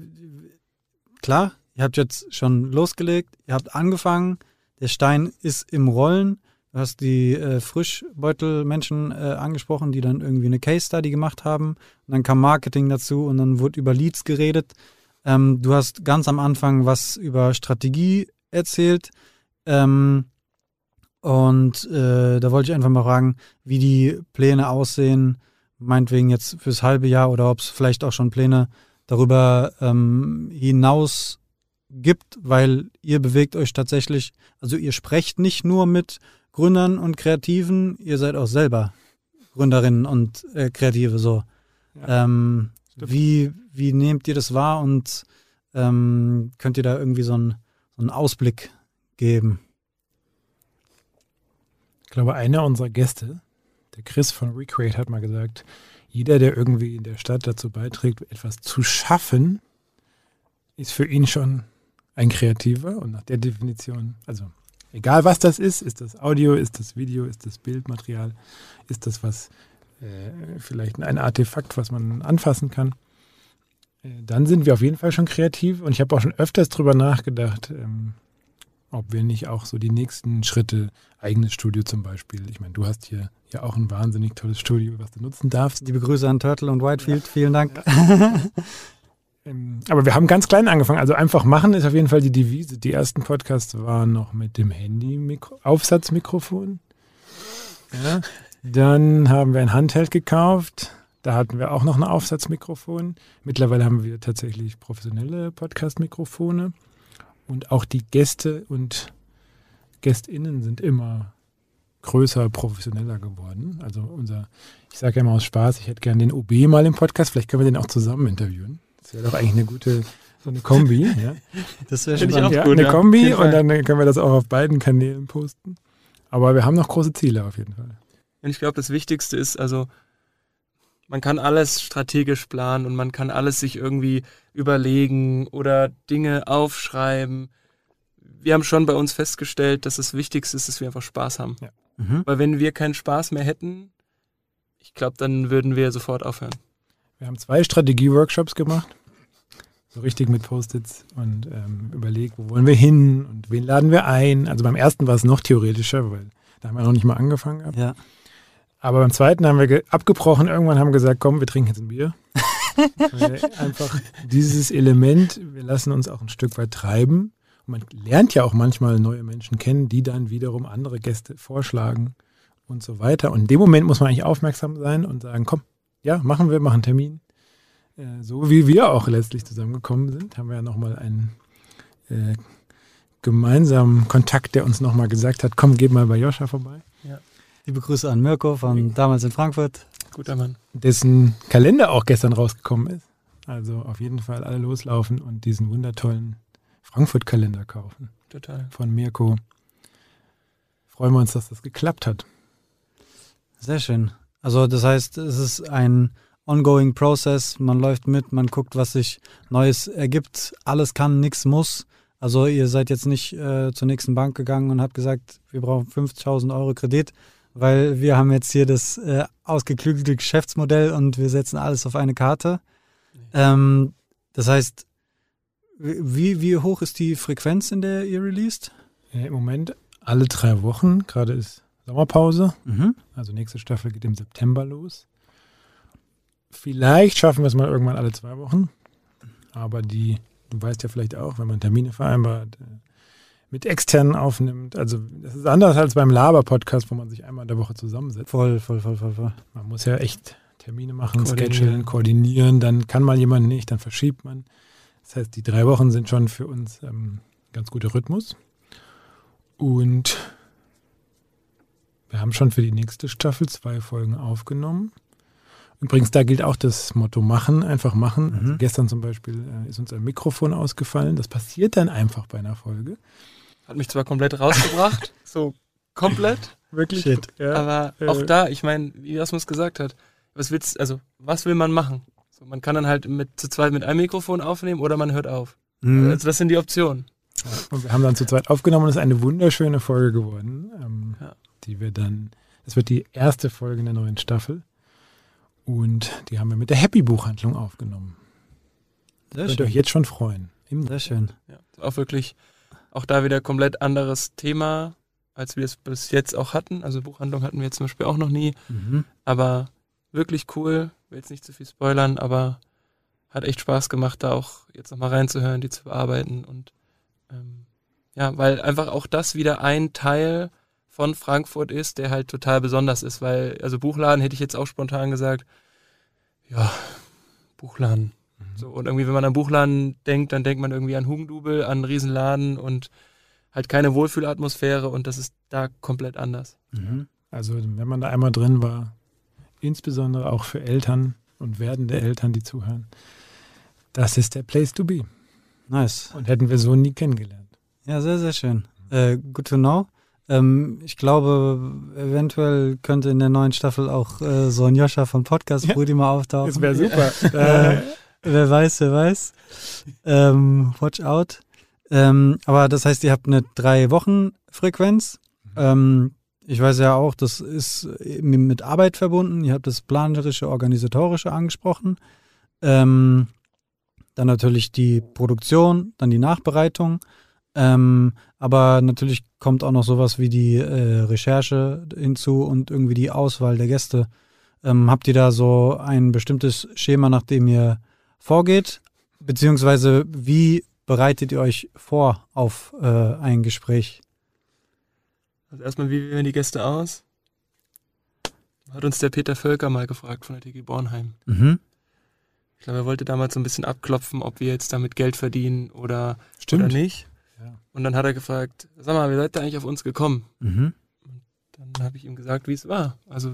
Speaker 3: klar, ihr habt jetzt schon losgelegt, ihr habt angefangen, der Stein ist im Rollen. Du hast die äh, Frischbeutel-Menschen äh, angesprochen, die dann irgendwie eine Case-Study gemacht haben. Und dann kam Marketing dazu und dann wurde über Leads geredet. Ähm, du hast ganz am Anfang was über Strategie erzählt. Ähm, und äh, da wollte ich einfach mal fragen, wie die Pläne aussehen, meinetwegen jetzt fürs halbe Jahr oder ob es vielleicht auch schon Pläne darüber ähm, hinaus gibt, weil ihr bewegt euch tatsächlich, also ihr sprecht nicht nur mit Gründern und Kreativen, ihr seid auch selber Gründerinnen und äh, Kreative so.
Speaker 4: Ja,
Speaker 3: ähm,
Speaker 4: stimmt.
Speaker 3: wie, wie nehmt ihr das wahr und ähm, könnt ihr da irgendwie so einen, so einen Ausblick geben?
Speaker 4: Ich glaube, einer unserer Gäste, der Chris von Recreate, hat mal gesagt, jeder, der irgendwie in der Stadt dazu beiträgt, etwas zu schaffen, ist für ihn schon ein Kreativer. Und nach der Definition, also egal was das ist, ist das Audio, ist das Video, ist das Bildmaterial, ist das was, äh, vielleicht ein Artefakt, was man anfassen kann, äh, dann sind wir auf jeden Fall schon kreativ. Und ich habe auch schon öfters drüber nachgedacht, ähm, ob wir nicht auch so die nächsten Schritte, eigenes Studio zum Beispiel. Ich meine, du hast hier ja auch ein wahnsinnig tolles Studio, was du nutzen darfst.
Speaker 3: Liebe Grüße an Turtle und Whitefield, ja. Vielen Dank.
Speaker 4: Ja. ähm, aber wir haben ganz klein angefangen. Also einfach machen ist auf jeden Fall die Devise. Die ersten Podcasts waren noch mit dem Handy-Aufsatzmikrofon. Ja. Dann haben wir ein Handheld gekauft. Da hatten wir auch noch ein Aufsatzmikrofon. Mittlerweile haben wir tatsächlich professionelle Podcast-Mikrofone. Und auch die Gäste und GästInnen sind immer größer, professioneller geworden. Also unser, ich sage ja immer aus Spaß, ich hätte gerne den O B mal im Podcast. Vielleicht können wir den auch zusammen interviewen. Das wäre doch eigentlich eine gute, so eine Kombi. Ja.
Speaker 3: Das wäre schon
Speaker 4: auch ja, gut. Eine ja. Kombi und dann können wir das auch auf beiden Kanälen posten. Aber wir haben noch große Ziele auf jeden Fall.
Speaker 1: Und ich glaube, das Wichtigste ist, also man kann alles strategisch planen und man kann alles sich irgendwie überlegen oder Dinge aufschreiben. Wir haben schon bei uns festgestellt, dass das Wichtigste ist, dass wir einfach Spaß haben.
Speaker 4: Ja.
Speaker 3: Mhm.
Speaker 1: Weil wenn wir keinen Spaß mehr hätten, ich glaube, dann würden wir sofort aufhören.
Speaker 4: Wir haben zwei Strategie-Workshops gemacht, so richtig mit Post-its und ähm, überlegt, wo wollen wir hin und wen laden wir ein. Also beim ersten war es noch theoretischer, weil da haben wir noch nicht mal angefangen gehabt.
Speaker 3: Ja.
Speaker 4: Aber beim zweiten haben wir ge- abgebrochen, irgendwann haben wir gesagt, komm, wir trinken jetzt ein Bier. Einfach dieses Element, wir lassen uns auch ein Stück weit treiben. Und man lernt ja auch manchmal neue Menschen kennen, die dann wiederum andere Gäste vorschlagen und so weiter. Und in dem Moment muss man eigentlich aufmerksam sein und sagen, komm, ja, machen wir, machen einen Termin. Äh, so wie wir auch letztlich zusammengekommen sind, haben wir ja nochmal einen äh, gemeinsamen Kontakt, der uns nochmal gesagt hat, komm, geh mal bei Joscha vorbei.
Speaker 1: Ja.
Speaker 3: Liebe Grüße an Mirko von damals in Frankfurt.
Speaker 1: Guter Mann.
Speaker 4: Dessen Kalender auch gestern rausgekommen ist. Also auf jeden Fall alle loslaufen und diesen wundertollen Frankfurt-Kalender kaufen.
Speaker 1: Total.
Speaker 4: Von Mirko. Freuen wir uns, dass das geklappt hat.
Speaker 3: Sehr schön. Also das heißt, es ist ein ongoing Process. Man läuft mit, man guckt, was sich Neues ergibt. Alles kann, nichts muss. Also ihr seid jetzt nicht äh, zur nächsten Bank gegangen und habt gesagt, wir brauchen fünfzigtausend Euro Kredit, weil wir haben jetzt hier das äh, ausgeklügelte Geschäftsmodell und wir setzen alles auf eine Karte. Ähm, das heißt, wie, wie hoch ist die Frequenz, in der ihr released?
Speaker 4: Ja, im Moment alle drei Wochen. Gerade ist Sommerpause.
Speaker 3: Mhm.
Speaker 4: Also nächste Staffel geht im September los. Vielleicht schaffen wir es mal irgendwann alle zwei Wochen. Aber die, du weißt ja vielleicht auch, wenn man Termine vereinbart, mit externen aufnimmt. Also das ist anders als beim Laber-Podcast, wo man sich einmal in der Woche zusammensetzt.
Speaker 3: Voll, voll, voll, voll, voll.
Speaker 4: Man muss ja echt Termine machen,
Speaker 1: Koordinieren.
Speaker 4: schedulen, koordinieren. Dann kann mal jemand nicht, dann verschiebt man. Das heißt, die drei Wochen sind schon für uns ähm, ganz guter Rhythmus. Und wir haben schon für die nächste Staffel zwei Folgen aufgenommen. Übrigens, da gilt auch das Motto machen, einfach machen.
Speaker 3: Mhm.
Speaker 4: Also gestern zum Beispiel äh, ist uns ein Mikrofon ausgefallen. Das passiert dann einfach bei einer Folge.
Speaker 1: Hat mich zwar komplett rausgebracht, so komplett,
Speaker 4: Wirklich?
Speaker 3: Shit.
Speaker 4: Ja.
Speaker 1: aber
Speaker 4: äh,
Speaker 1: auch da, ich meine, wie Rasmus gesagt hat, was willst, also was will man machen? So, man kann dann halt mit zu zweit mit einem Mikrofon aufnehmen oder man hört auf.
Speaker 3: Mhm.
Speaker 1: Also das sind die Optionen.
Speaker 4: Ja, und wir haben dann zu zweit aufgenommen und es ist eine wunderschöne Folge geworden, ähm,
Speaker 1: Ja.
Speaker 4: die wir dann, das wird die erste Folge in der neuen Staffel und die haben wir mit der Happy-Buchhandlung aufgenommen.
Speaker 3: Sehr
Speaker 4: Könnt ihr
Speaker 3: schön.
Speaker 4: euch jetzt schon freuen. Im
Speaker 3: Sehr schön.
Speaker 1: Ja, auch wirklich, auch da wieder komplett anderes Thema, als wir es bis jetzt auch hatten. Also Buchhandlung hatten wir jetzt zum Beispiel auch noch nie,
Speaker 3: Mhm.
Speaker 1: aber wirklich cool. Will jetzt nicht zu viel spoilern, aber hat echt Spaß gemacht, da auch jetzt nochmal reinzuhören, die zu bearbeiten und ähm, ja, weil einfach auch das wieder ein Teil von Frankfurt ist, der halt total besonders ist, weil, also Buchladen hätte ich jetzt auch spontan gesagt, ja, Buchladen. So, und irgendwie, wenn man an Buchladen denkt, dann denkt man irgendwie an Hugendubel, an einen Riesenladen und halt keine Wohlfühlatmosphäre und das ist da komplett anders.
Speaker 3: Mhm.
Speaker 4: Also wenn man da einmal drin war, insbesondere auch für Eltern und werdende Eltern, die zuhören, das ist der Place to be.
Speaker 3: Nice.
Speaker 4: Und hätten wir so nie kennengelernt.
Speaker 3: Ja, sehr, sehr schön. Äh, good to know. Ähm, ich glaube, eventuell könnte in der neuen Staffel auch äh, so ein Joscha von Podcast
Speaker 4: Ja.
Speaker 3: Brudi mal auftauchen.
Speaker 4: Das wäre super.
Speaker 3: Äh, wer weiß, wer weiß. Ähm, watch out. Ähm, aber das heißt, ihr habt eine Drei-Wochen-Frequenz. Ähm, ich weiß ja auch, das ist eben mit Arbeit verbunden. Ihr habt das Planerische, Organisatorische angesprochen. Ähm, dann natürlich die Produktion, dann die Nachbereitung. Ähm, aber natürlich kommt auch noch sowas wie die äh, Recherche hinzu und irgendwie die Auswahl der Gäste. Ähm, habt ihr da so ein bestimmtes Schema, nach dem ihr vorgeht? Beziehungsweise wie bereitet ihr euch vor auf äh, ein Gespräch?
Speaker 1: Also erstmal, wie wählen die Gäste aus? Hat uns der Peter Völker mal gefragt von der T G Bornheim.
Speaker 3: Mhm.
Speaker 1: Ich glaube, er wollte damals so ein bisschen abklopfen, ob wir jetzt damit Geld verdienen oder,
Speaker 4: Stimmt.
Speaker 1: oder nicht.
Speaker 4: Ja.
Speaker 1: Und dann hat er gefragt, sag mal, wie seid ihr eigentlich auf uns gekommen?
Speaker 3: Mhm.
Speaker 1: Dann habe ich ihm gesagt, wie es war. Also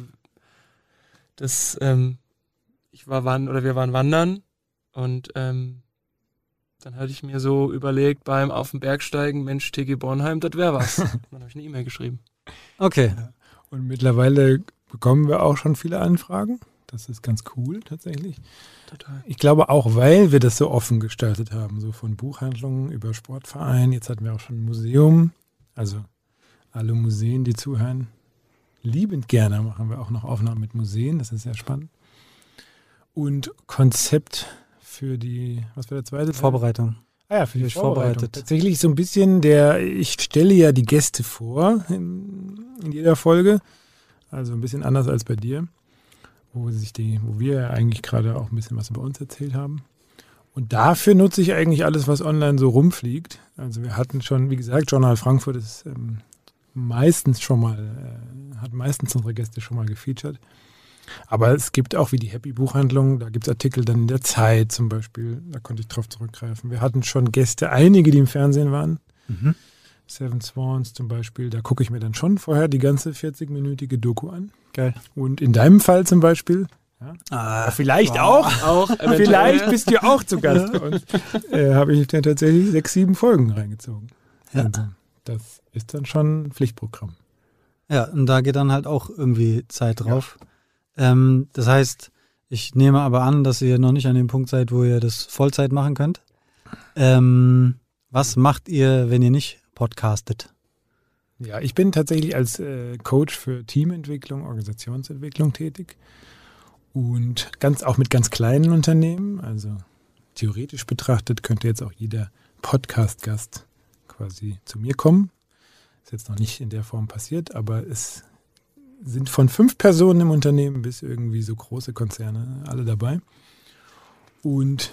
Speaker 1: das, ähm, ich war wandern oder wir waren wandern und ähm, dann hatte ich mir so überlegt beim Auf den Berg steigen, Mensch, T G Bornheim, das wäre was. Dann habe ich eine E-Mail geschrieben.
Speaker 3: Okay.
Speaker 4: Und mittlerweile bekommen wir auch schon viele Anfragen. Das ist ganz cool tatsächlich.
Speaker 1: Total.
Speaker 4: Ich glaube auch, weil wir das so offen gestaltet haben, so von Buchhandlungen über Sportverein. Jetzt hatten wir auch schon ein Museum. Also alle Museen, die zuhören, liebend gerne machen wir auch noch Aufnahmen mit Museen. Das ist sehr spannend. Und Konzept für die, was war der zweite?
Speaker 3: Vorbereitung.
Speaker 4: Ah ja, für die
Speaker 3: Euch
Speaker 4: Vorbereitung.
Speaker 3: vorbereitet.
Speaker 4: Tatsächlich so ein bisschen der, ich stelle ja die Gäste vor in, in jeder Folge. Also ein bisschen anders als bei dir, wo sich die, wo wir ja eigentlich gerade auch ein bisschen was über uns erzählt haben. Und dafür nutze ich eigentlich alles, was online so rumfliegt. Also wir hatten schon, wie gesagt, Journal Frankfurt ist ähm, meistens schon mal, äh, hat meistens unsere Gäste schon mal gefeatured. Aber es gibt auch wie die Happy Buchhandlung, da gibt es Artikel dann in der Zeit zum Beispiel, da konnte ich drauf zurückgreifen. Wir hatten schon Gäste, einige, die im Fernsehen waren.
Speaker 3: Mhm.
Speaker 4: Seven Swans zum Beispiel, da gucke ich mir dann schon vorher die ganze vierzig-minütige Doku an.
Speaker 3: Geil.
Speaker 4: Und in deinem Fall zum Beispiel, ja,
Speaker 3: Ah,
Speaker 4: vielleicht
Speaker 3: wow.
Speaker 4: auch,
Speaker 1: Auch eventuell.
Speaker 4: vielleicht bist du auch zu Gast bei uns, äh, habe ich dann tatsächlich sechs, sieben Folgen reingezogen.
Speaker 3: Ja.
Speaker 4: Also, das ist dann schon ein Pflichtprogramm.
Speaker 3: Ja, und da geht dann halt auch irgendwie Zeit drauf. Ähm, das heißt, ich nehme aber an, dass ihr noch nicht an dem Punkt seid, wo ihr das Vollzeit machen könnt. Ähm, was macht ihr, wenn ihr nicht podcastet?
Speaker 4: Ja, ich bin tatsächlich als äh, Coach für Teamentwicklung, Organisationsentwicklung tätig und ganz auch mit ganz kleinen Unternehmen. Also theoretisch betrachtet könnte jetzt auch jeder Podcast-Gast quasi zu mir kommen. Ist jetzt noch nicht in der Form passiert, aber es sind von fünf Personen im Unternehmen bis irgendwie so große Konzerne alle dabei. Und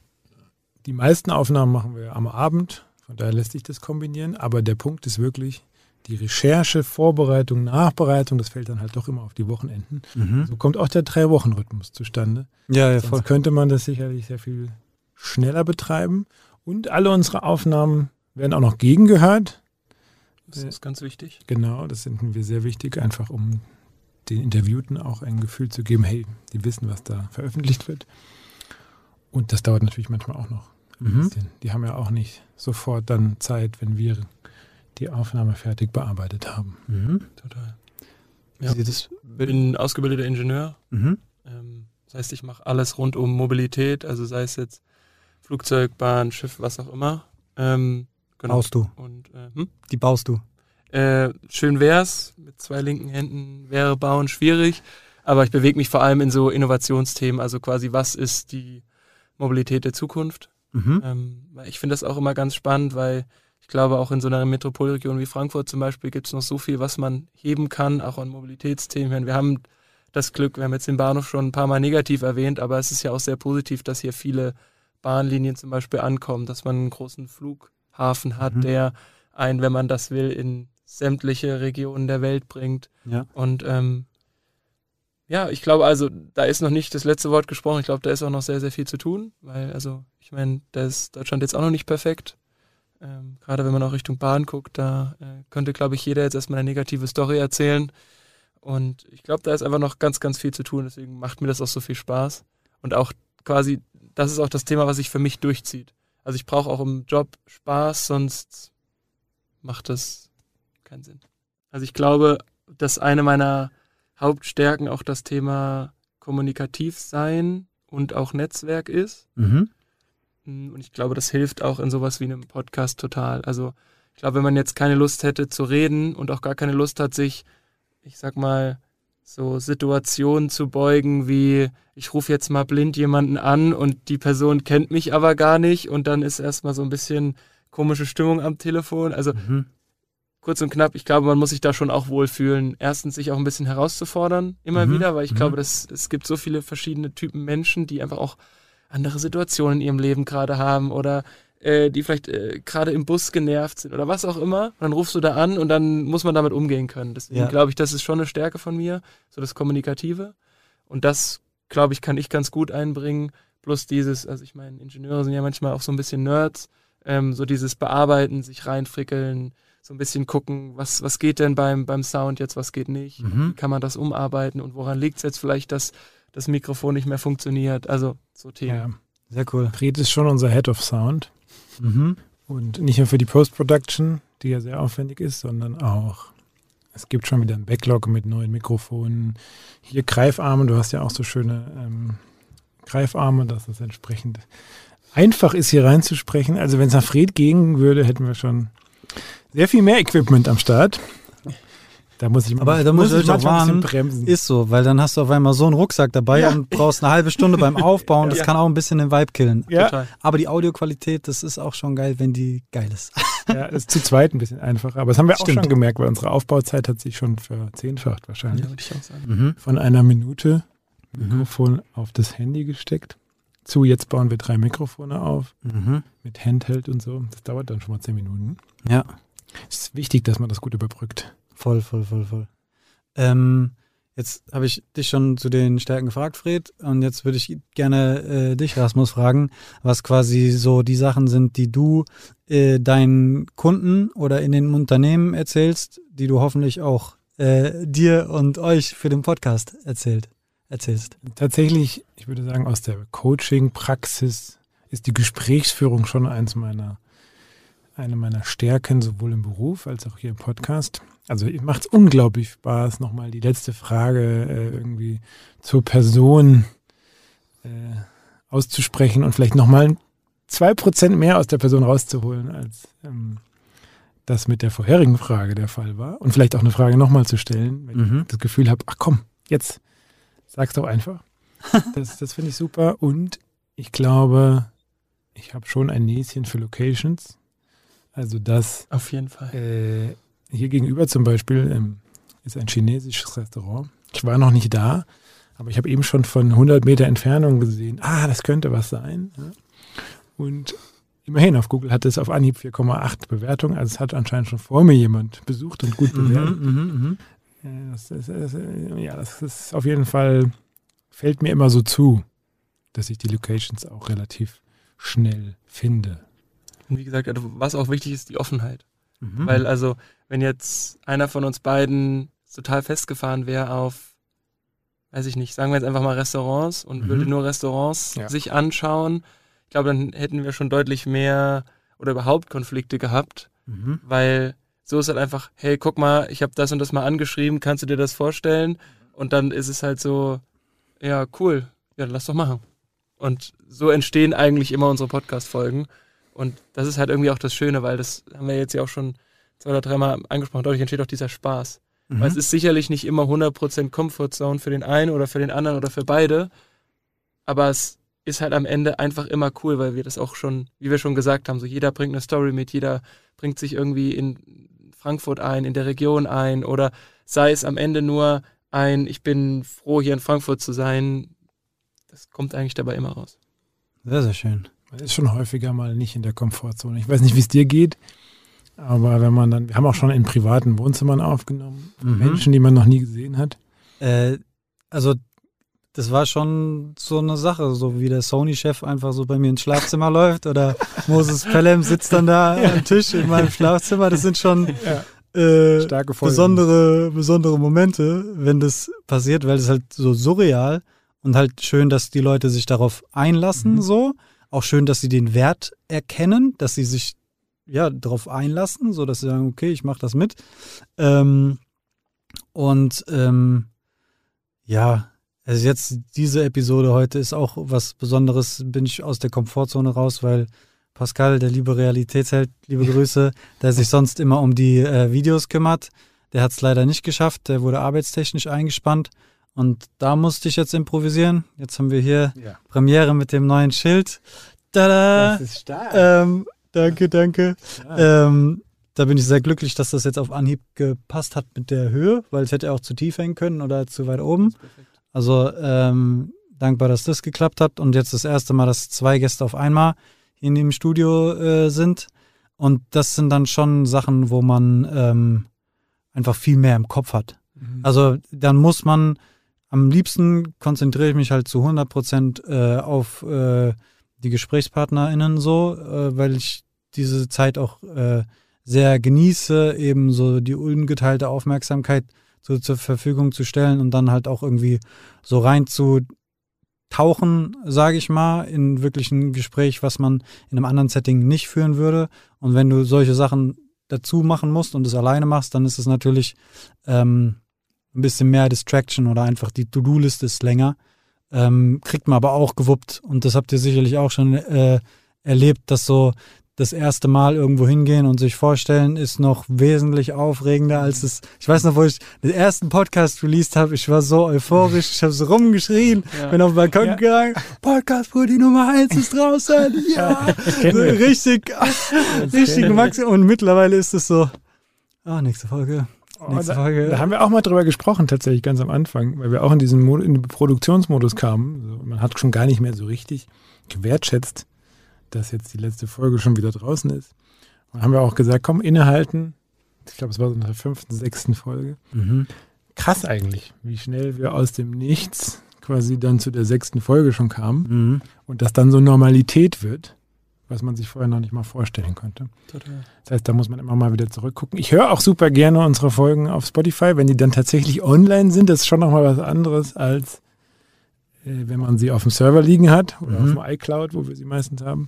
Speaker 4: die meisten Aufnahmen machen wir am Abend, von daher lässt sich das kombinieren. Aber der Punkt ist wirklich die Recherche, Vorbereitung, Nachbereitung, das fällt dann halt doch immer auf die Wochenenden.
Speaker 3: Mhm.
Speaker 4: So kommt auch der Drei-Wochen-Rhythmus zustande.
Speaker 3: Ja, ja,
Speaker 4: Sonst
Speaker 3: voll.
Speaker 4: könnte man das sicherlich sehr viel schneller betreiben. Und alle unsere Aufnahmen werden auch noch gegengehört.
Speaker 1: Das ist ganz wichtig.
Speaker 4: Genau, das finden wir sehr wichtig, einfach um den Interviewten auch ein Gefühl zu geben, hey, die wissen, was da veröffentlicht wird. Und das dauert natürlich manchmal auch noch ein
Speaker 3: Mhm.
Speaker 4: bisschen. Die haben ja auch nicht sofort dann Zeit, wenn wir die Aufnahme fertig bearbeitet haben.
Speaker 3: Mhm.
Speaker 1: Total.
Speaker 3: Wie
Speaker 1: Ja.
Speaker 3: sieht das?
Speaker 1: Ich bin ausgebildeter Ingenieur.
Speaker 3: Mhm.
Speaker 1: Ähm, das heißt, ich mache alles rund um Mobilität, also sei es jetzt Flugzeug, Bahn, Schiff, was auch immer. Ähm, genau.
Speaker 3: Baust du?
Speaker 1: Und äh, hm?
Speaker 3: Die baust du?
Speaker 1: Äh, schön wär's, mit zwei linken Händen wäre bauen schwierig, aber ich bewege mich vor allem in so Innovationsthemen, also quasi, was ist die Mobilität der Zukunft?
Speaker 3: Mhm.
Speaker 1: Ähm, weil ich finde das auch immer ganz spannend, weil ich glaube, auch in so einer Metropolregion wie Frankfurt zum Beispiel gibt es noch so viel, was man heben kann, auch an Mobilitätsthemen. Wir haben das Glück, wir haben jetzt den Bahnhof schon ein paar Mal negativ erwähnt, aber es ist ja auch sehr positiv, dass hier viele Bahnlinien zum Beispiel ankommen, dass man einen großen Flughafen hat,
Speaker 3: Mhm.
Speaker 1: der einen, wenn man das will, in sämtliche Regionen der Welt bringt.
Speaker 3: Ja.
Speaker 1: Und ähm, ja, ich glaube also, da ist noch nicht das letzte Wort gesprochen. Ich glaube, da ist auch noch sehr, sehr viel zu tun, weil also, ich meine, da ist Deutschland jetzt auch noch nicht perfekt. Ähm, gerade wenn man auch Richtung Bahn guckt, da äh, könnte, glaube ich, jeder jetzt erstmal eine negative Story erzählen. Und ich glaube, da ist einfach noch ganz, ganz viel zu tun. Deswegen macht mir das auch so viel Spaß. Und auch quasi, das ist auch das Thema, was sich für mich durchzieht. Also ich brauche auch im Job Spaß, sonst macht das keinen Sinn. Also ich glaube, dass eine meiner Hauptstärken auch das Thema kommunikativ sein und auch Netzwerk ist.
Speaker 3: Mhm.
Speaker 1: Und ich glaube, das hilft auch in sowas wie einem Podcast total. Also ich glaube, wenn man jetzt keine Lust hätte zu reden und auch gar keine Lust hat, sich, ich sag mal, so Situationen zu beugen wie, ich rufe jetzt mal blind jemanden an und die Person kennt mich aber gar nicht und dann ist erstmal so ein bisschen komische Stimmung am Telefon. Also
Speaker 3: Mhm.
Speaker 1: kurz und knapp, ich glaube, man muss sich da schon auch wohlfühlen. Erstens, sich auch ein bisschen herauszufordern, immer
Speaker 3: Mhm.
Speaker 1: wieder, weil ich
Speaker 3: Mhm.
Speaker 1: glaube, dass, es gibt so viele verschiedene Typen Menschen, die einfach auch andere Situationen in ihrem Leben gerade haben oder äh, die vielleicht äh, gerade im Bus genervt sind oder was auch immer. Und dann rufst du da an und dann muss man damit umgehen können. Deswegen
Speaker 3: Ja.
Speaker 1: glaube ich, das ist schon eine Stärke von mir, so das Kommunikative. Und das, glaube ich, kann ich ganz gut einbringen. Plus dieses, also ich meine, Ingenieure sind ja manchmal auch so ein bisschen Nerds, ähm, so dieses Bearbeiten, sich reinfrickeln, so ein bisschen gucken, was, was geht denn beim, beim Sound jetzt, was geht nicht,
Speaker 3: Mhm.
Speaker 1: wie kann man das umarbeiten und woran liegt es jetzt vielleicht, dass das Mikrofon nicht mehr funktioniert, also so Themen.
Speaker 4: Ja.
Speaker 3: Sehr cool.
Speaker 4: Fred ist schon unser Head of Sound.
Speaker 3: Mhm.
Speaker 4: Und nicht nur für die Post-Production, die ja sehr aufwendig ist, sondern auch, es gibt schon wieder einen Backlog mit neuen Mikrofonen. Hier Greifarme, du hast ja auch so schöne ähm, Greifarme, dass das entsprechend einfach ist, hier reinzusprechen. Also wenn es nach Fred gehen würde, hätten wir schon sehr viel mehr Equipment am Start. Da muss ich,
Speaker 3: Aber da muss ich euch auch
Speaker 4: manchmal ein
Speaker 3: warnen,
Speaker 4: bisschen bremsen.
Speaker 3: Ist so, weil dann hast du auf einmal so einen Rucksack dabei
Speaker 4: Ja.
Speaker 3: und brauchst eine halbe Stunde beim Aufbauen. Das
Speaker 1: Ja.
Speaker 3: kann auch ein bisschen den Vibe killen.
Speaker 4: ja,
Speaker 1: Total.
Speaker 3: Aber die Audioqualität, das ist auch schon geil, wenn die geil ist.
Speaker 4: ja, ist zu zweit ein bisschen einfacher. Aber das haben wir
Speaker 3: Stimmt.
Speaker 4: auch schon gemerkt, weil unsere Aufbauzeit hat sich schon verzehnfacht wahrscheinlich.
Speaker 1: Ja, würde ich auch sagen.
Speaker 3: Mhm.
Speaker 4: Von einer Minute
Speaker 3: Mhm.
Speaker 4: Mikrofon auf das Handy gesteckt. Zu, jetzt bauen wir drei Mikrofone auf
Speaker 3: Mhm.
Speaker 4: mit Handheld und so. Das dauert dann schon mal zehn Minuten.
Speaker 3: Ja,
Speaker 4: Es ist wichtig, dass man das gut überbrückt.
Speaker 3: voll, voll, voll, voll. Ähm, jetzt habe ich dich schon zu den Stärken gefragt, Fred. Und jetzt würde ich gerne äh, dich, Rasmus, fragen, was quasi so die Sachen sind, die du äh, deinen Kunden oder in den Unternehmen erzählst, die du hoffentlich auch äh, dir und euch für den Podcast erzählt, erzählst.
Speaker 4: Tatsächlich, ich würde sagen, aus der Coaching-Praxis ist die Gesprächsführung schon eins meiner, eine meiner Stärken, sowohl im Beruf als auch hier im Podcast. Also macht es unglaublich Spaß, nochmal die letzte Frage äh, irgendwie zur Person äh, auszusprechen und vielleicht nochmal zwei Prozent mehr aus der Person rauszuholen, als ähm, das mit der vorherigen Frage der Fall war. Und vielleicht auch eine Frage nochmal zu stellen, wenn
Speaker 3: Mhm.
Speaker 4: ich das Gefühl habe, ach komm, jetzt sag's doch einfach. Das, das finde ich super. Und ich glaube, ich habe schon ein Näschen für Locations. Also das
Speaker 1: Auf jeden Fall.
Speaker 4: äh, hier gegenüber zum Beispiel ähm, ist ein chinesisches Restaurant. Ich war noch nicht da, aber ich habe eben schon von hundert Meter Entfernung gesehen, ah, das könnte was sein. Ja. Und immerhin, auf Google hat es auf Anhieb vier Komma acht Bewertungen. Also es hat anscheinend schon vor mir jemand besucht und gut bewertet.
Speaker 3: Mhm, mhm, mhm.
Speaker 4: Ja, das ist, das, ja, das ist auf jeden Fall, fällt mir immer so zu, dass ich die Locations auch relativ schnell finde.
Speaker 1: Und wie gesagt, also was auch wichtig ist, die Offenheit.
Speaker 3: Mhm.
Speaker 1: Weil also, wenn jetzt einer von uns beiden total festgefahren wäre auf, weiß ich nicht, sagen wir jetzt einfach mal Restaurants und
Speaker 3: Mhm.
Speaker 1: würde nur Restaurants
Speaker 4: Ja.
Speaker 1: sich anschauen, ich glaube, dann hätten wir schon deutlich mehr oder überhaupt Konflikte gehabt,
Speaker 3: Mhm.
Speaker 1: weil so ist halt einfach, hey, guck mal, ich habe das und das mal angeschrieben, kannst du dir das vorstellen? Und dann ist es halt so, ja, cool, ja, dann lass doch machen. Und so entstehen eigentlich immer unsere Podcast-Folgen. Und das ist halt irgendwie auch das Schöne, weil das haben wir jetzt ja auch schon zwei oder dreimal angesprochen, dadurch entsteht auch dieser Spaß.
Speaker 3: Mhm.
Speaker 1: Weil es ist sicherlich nicht immer hundert Prozent Comfortzone für den einen oder für den anderen oder für beide, aber es ist halt am Ende einfach immer cool, weil wir das auch schon, wie wir schon gesagt haben, so jeder bringt eine Story mit, jeder bringt sich irgendwie in Frankfurt ein, in der Region ein oder sei es am Ende nur ein, ich bin froh, hier in Frankfurt zu sein, das kommt eigentlich dabei immer raus.
Speaker 3: Sehr, sehr schön.
Speaker 4: Man ist schon häufiger mal nicht in der Komfortzone. Ich weiß nicht, wie es dir geht, aber wenn man dann, wir haben auch schon in privaten Wohnzimmern aufgenommen,
Speaker 3: Mhm.
Speaker 4: Menschen, die man noch nie gesehen hat.
Speaker 3: Äh, also das war schon so eine Sache, so wie der Sony-Chef einfach so bei mir ins Schlafzimmer läuft oder Moses Pelham sitzt dann da am Tisch in meinem Schlafzimmer. Das sind schon
Speaker 4: Ja.
Speaker 3: äh,
Speaker 4: Starke Folgen.
Speaker 3: besondere, besondere Momente, wenn das passiert, weil das halt so surreal und halt schön, dass die Leute sich darauf einlassen,
Speaker 4: Mhm.
Speaker 3: so. Auch schön, dass sie den Wert erkennen, dass sie sich ja darauf einlassen, so dass sie sagen, okay, ich mache das mit. Ähm, und ähm, ja, also jetzt diese Episode heute ist auch was Besonderes, bin ich aus der Komfortzone raus, weil Pascal, der liebe Realitätsheld, liebe Grüße, der sich sonst immer um die äh, Videos kümmert, der hat es leider nicht geschafft, der wurde arbeitstechnisch eingespannt und da musste ich jetzt improvisieren. Jetzt haben wir hier
Speaker 4: Ja.
Speaker 3: Premiere mit dem neuen Schild. Tada!
Speaker 4: ist stark.
Speaker 3: Ähm, Danke, danke.
Speaker 4: Ja.
Speaker 3: Ähm, da bin ich sehr glücklich, dass das jetzt auf Anhieb gepasst hat mit der Höhe, weil es hätte auch zu tief hängen können oder zu weit oben. Also ähm, dankbar, dass das geklappt hat. Und jetzt das erste Mal, dass zwei Gäste auf einmal in dem Studio äh, sind. Und das sind dann schon Sachen, wo man ähm, einfach viel mehr im Kopf hat.
Speaker 4: Mhm.
Speaker 3: Also dann muss man, am liebsten konzentriere ich mich halt zu hundert Prozent äh, auf äh, die GesprächspartnerInnen so, äh, weil ich diese Zeit auch äh, sehr genieße, eben so die ungeteilte Aufmerksamkeit so zur Verfügung zu stellen und dann halt auch irgendwie so rein zu tauchen, sage ich mal, in wirklich ein Gespräch, was man in einem anderen Setting nicht führen würde. Und wenn du solche Sachen dazu machen musst und es alleine machst, dann ist es natürlich ähm, ein bisschen mehr Distraction oder einfach die To-Do-Liste ist länger. Ähm, kriegt man aber auch gewuppt. Und das habt ihr sicherlich auch schon äh, erlebt, dass so das erste Mal irgendwo hingehen und sich vorstellen, ist noch wesentlich aufregender als es. Ich weiß noch, wo ich den ersten Podcast released habe, ich war so euphorisch, ich habe so rumgeschrien, ja. bin auf den Balkon ja. gegangen, Podcast Brudi Nummer eins ist draußen, ja, so richtig, richtig Maximum. Und mittlerweile ist es so, ah, nächste Folge. Nächste
Speaker 4: oh, da,
Speaker 3: Folge.
Speaker 4: Da haben wir auch mal drüber gesprochen, tatsächlich ganz am Anfang, weil wir auch in diesen Mod- in den Produktionsmodus kamen. Also man hat schon gar nicht mehr so richtig gewertschätzt, dass jetzt die letzte Folge schon wieder draußen ist. Und haben wir auch gesagt, komm, innehalten. Ich glaube, es war so in der fünften, sechsten Folge.
Speaker 3: Mhm.
Speaker 4: Krass eigentlich, wie schnell wir aus dem Nichts quasi dann zu der sechsten Folge schon kamen.
Speaker 3: Mhm.
Speaker 4: Und das dann so Normalität wird, was man sich vorher noch nicht mal vorstellen konnte.
Speaker 1: Total.
Speaker 4: Das heißt, da muss man immer mal wieder zurückgucken. Ich höre auch super gerne unsere Folgen auf Spotify, wenn die dann tatsächlich online sind. Das ist schon nochmal was anderes, als äh, wenn man sie auf dem Server liegen hat oder
Speaker 3: Mhm.
Speaker 4: auf dem iCloud, wo wir sie meistens haben.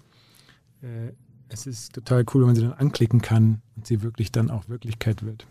Speaker 4: Äh, es ist total cool, wenn man sie dann anklicken kann und sie wirklich dann auch Wirklichkeit wird.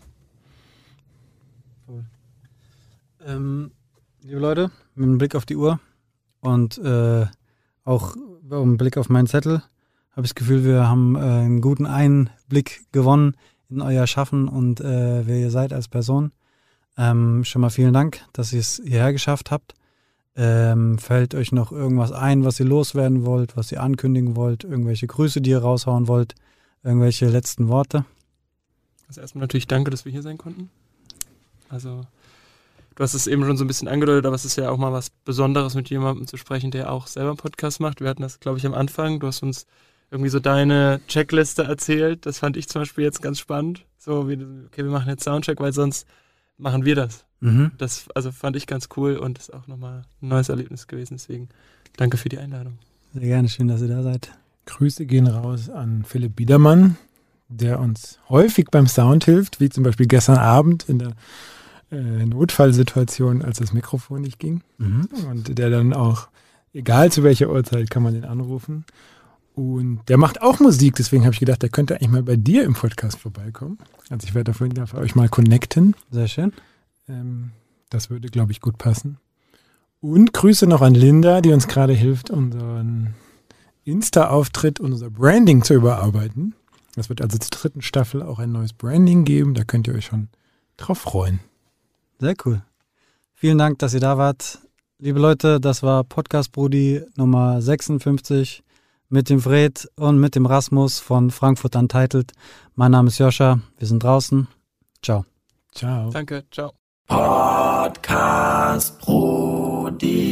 Speaker 3: Ähm, liebe Leute, mit einem Blick auf die Uhr und äh, auch mit einem Blick auf meinen Zettel habe ich das Gefühl, wir haben äh, einen guten Einblick gewonnen in euer Schaffen und äh, wer ihr seid als Person. Ähm, schon mal vielen Dank, dass ihr es hierher geschafft habt. Ähm, fällt euch noch irgendwas ein, was ihr loswerden wollt, was ihr ankündigen wollt, irgendwelche Grüße, die ihr raushauen wollt, irgendwelche letzten Worte?
Speaker 1: Also erstmal natürlich danke, dass wir hier sein konnten. Also du hast es eben schon so ein bisschen angedeutet, aber es ist ja auch mal was Besonderes, mit jemandem zu sprechen, der auch selber einen Podcast macht. Wir hatten das, glaube ich, am Anfang. Du hast uns irgendwie so deine Checkliste erzählt. Das fand ich zum Beispiel jetzt ganz spannend. So, wie, okay, wir machen jetzt Soundcheck, weil sonst machen wir das.
Speaker 3: Mhm.
Speaker 1: Das also fand ich ganz cool und ist auch nochmal ein neues Erlebnis gewesen. Deswegen danke für die Einladung.
Speaker 3: Sehr gerne, schön, dass ihr da seid.
Speaker 4: Grüße gehen raus an Philipp Biedermann, der uns häufig beim Sound hilft, wie zum Beispiel gestern Abend in der äh, Notfallsituation, als das Mikrofon nicht ging.
Speaker 3: Mhm.
Speaker 4: Und der dann auch, egal zu welcher Uhrzeit, kann man den anrufen. Und der macht auch Musik, deswegen habe ich gedacht, der könnte eigentlich mal bei dir im Podcast vorbeikommen. Also ich werde dafür für euch mal connecten.
Speaker 3: Sehr schön.
Speaker 4: Ähm, das würde, glaube ich, gut passen. Und Grüße noch an Linda, die uns gerade hilft, unseren Insta-Auftritt und unser Branding zu überarbeiten. Es wird also zur dritten Staffel auch ein neues Branding geben. Da könnt ihr euch schon drauf freuen.
Speaker 3: Sehr cool. Vielen Dank, dass ihr da wart. Liebe Leute, das war Podcast Brudi Nummer sechsundfünfzig mit dem Fred und mit dem Rasmus von Frankfurt Untitled. Mein Name ist Joscha. Wir sind draußen. Ciao.
Speaker 4: Ciao.
Speaker 1: Danke, ciao.
Speaker 2: Podcast Brudi.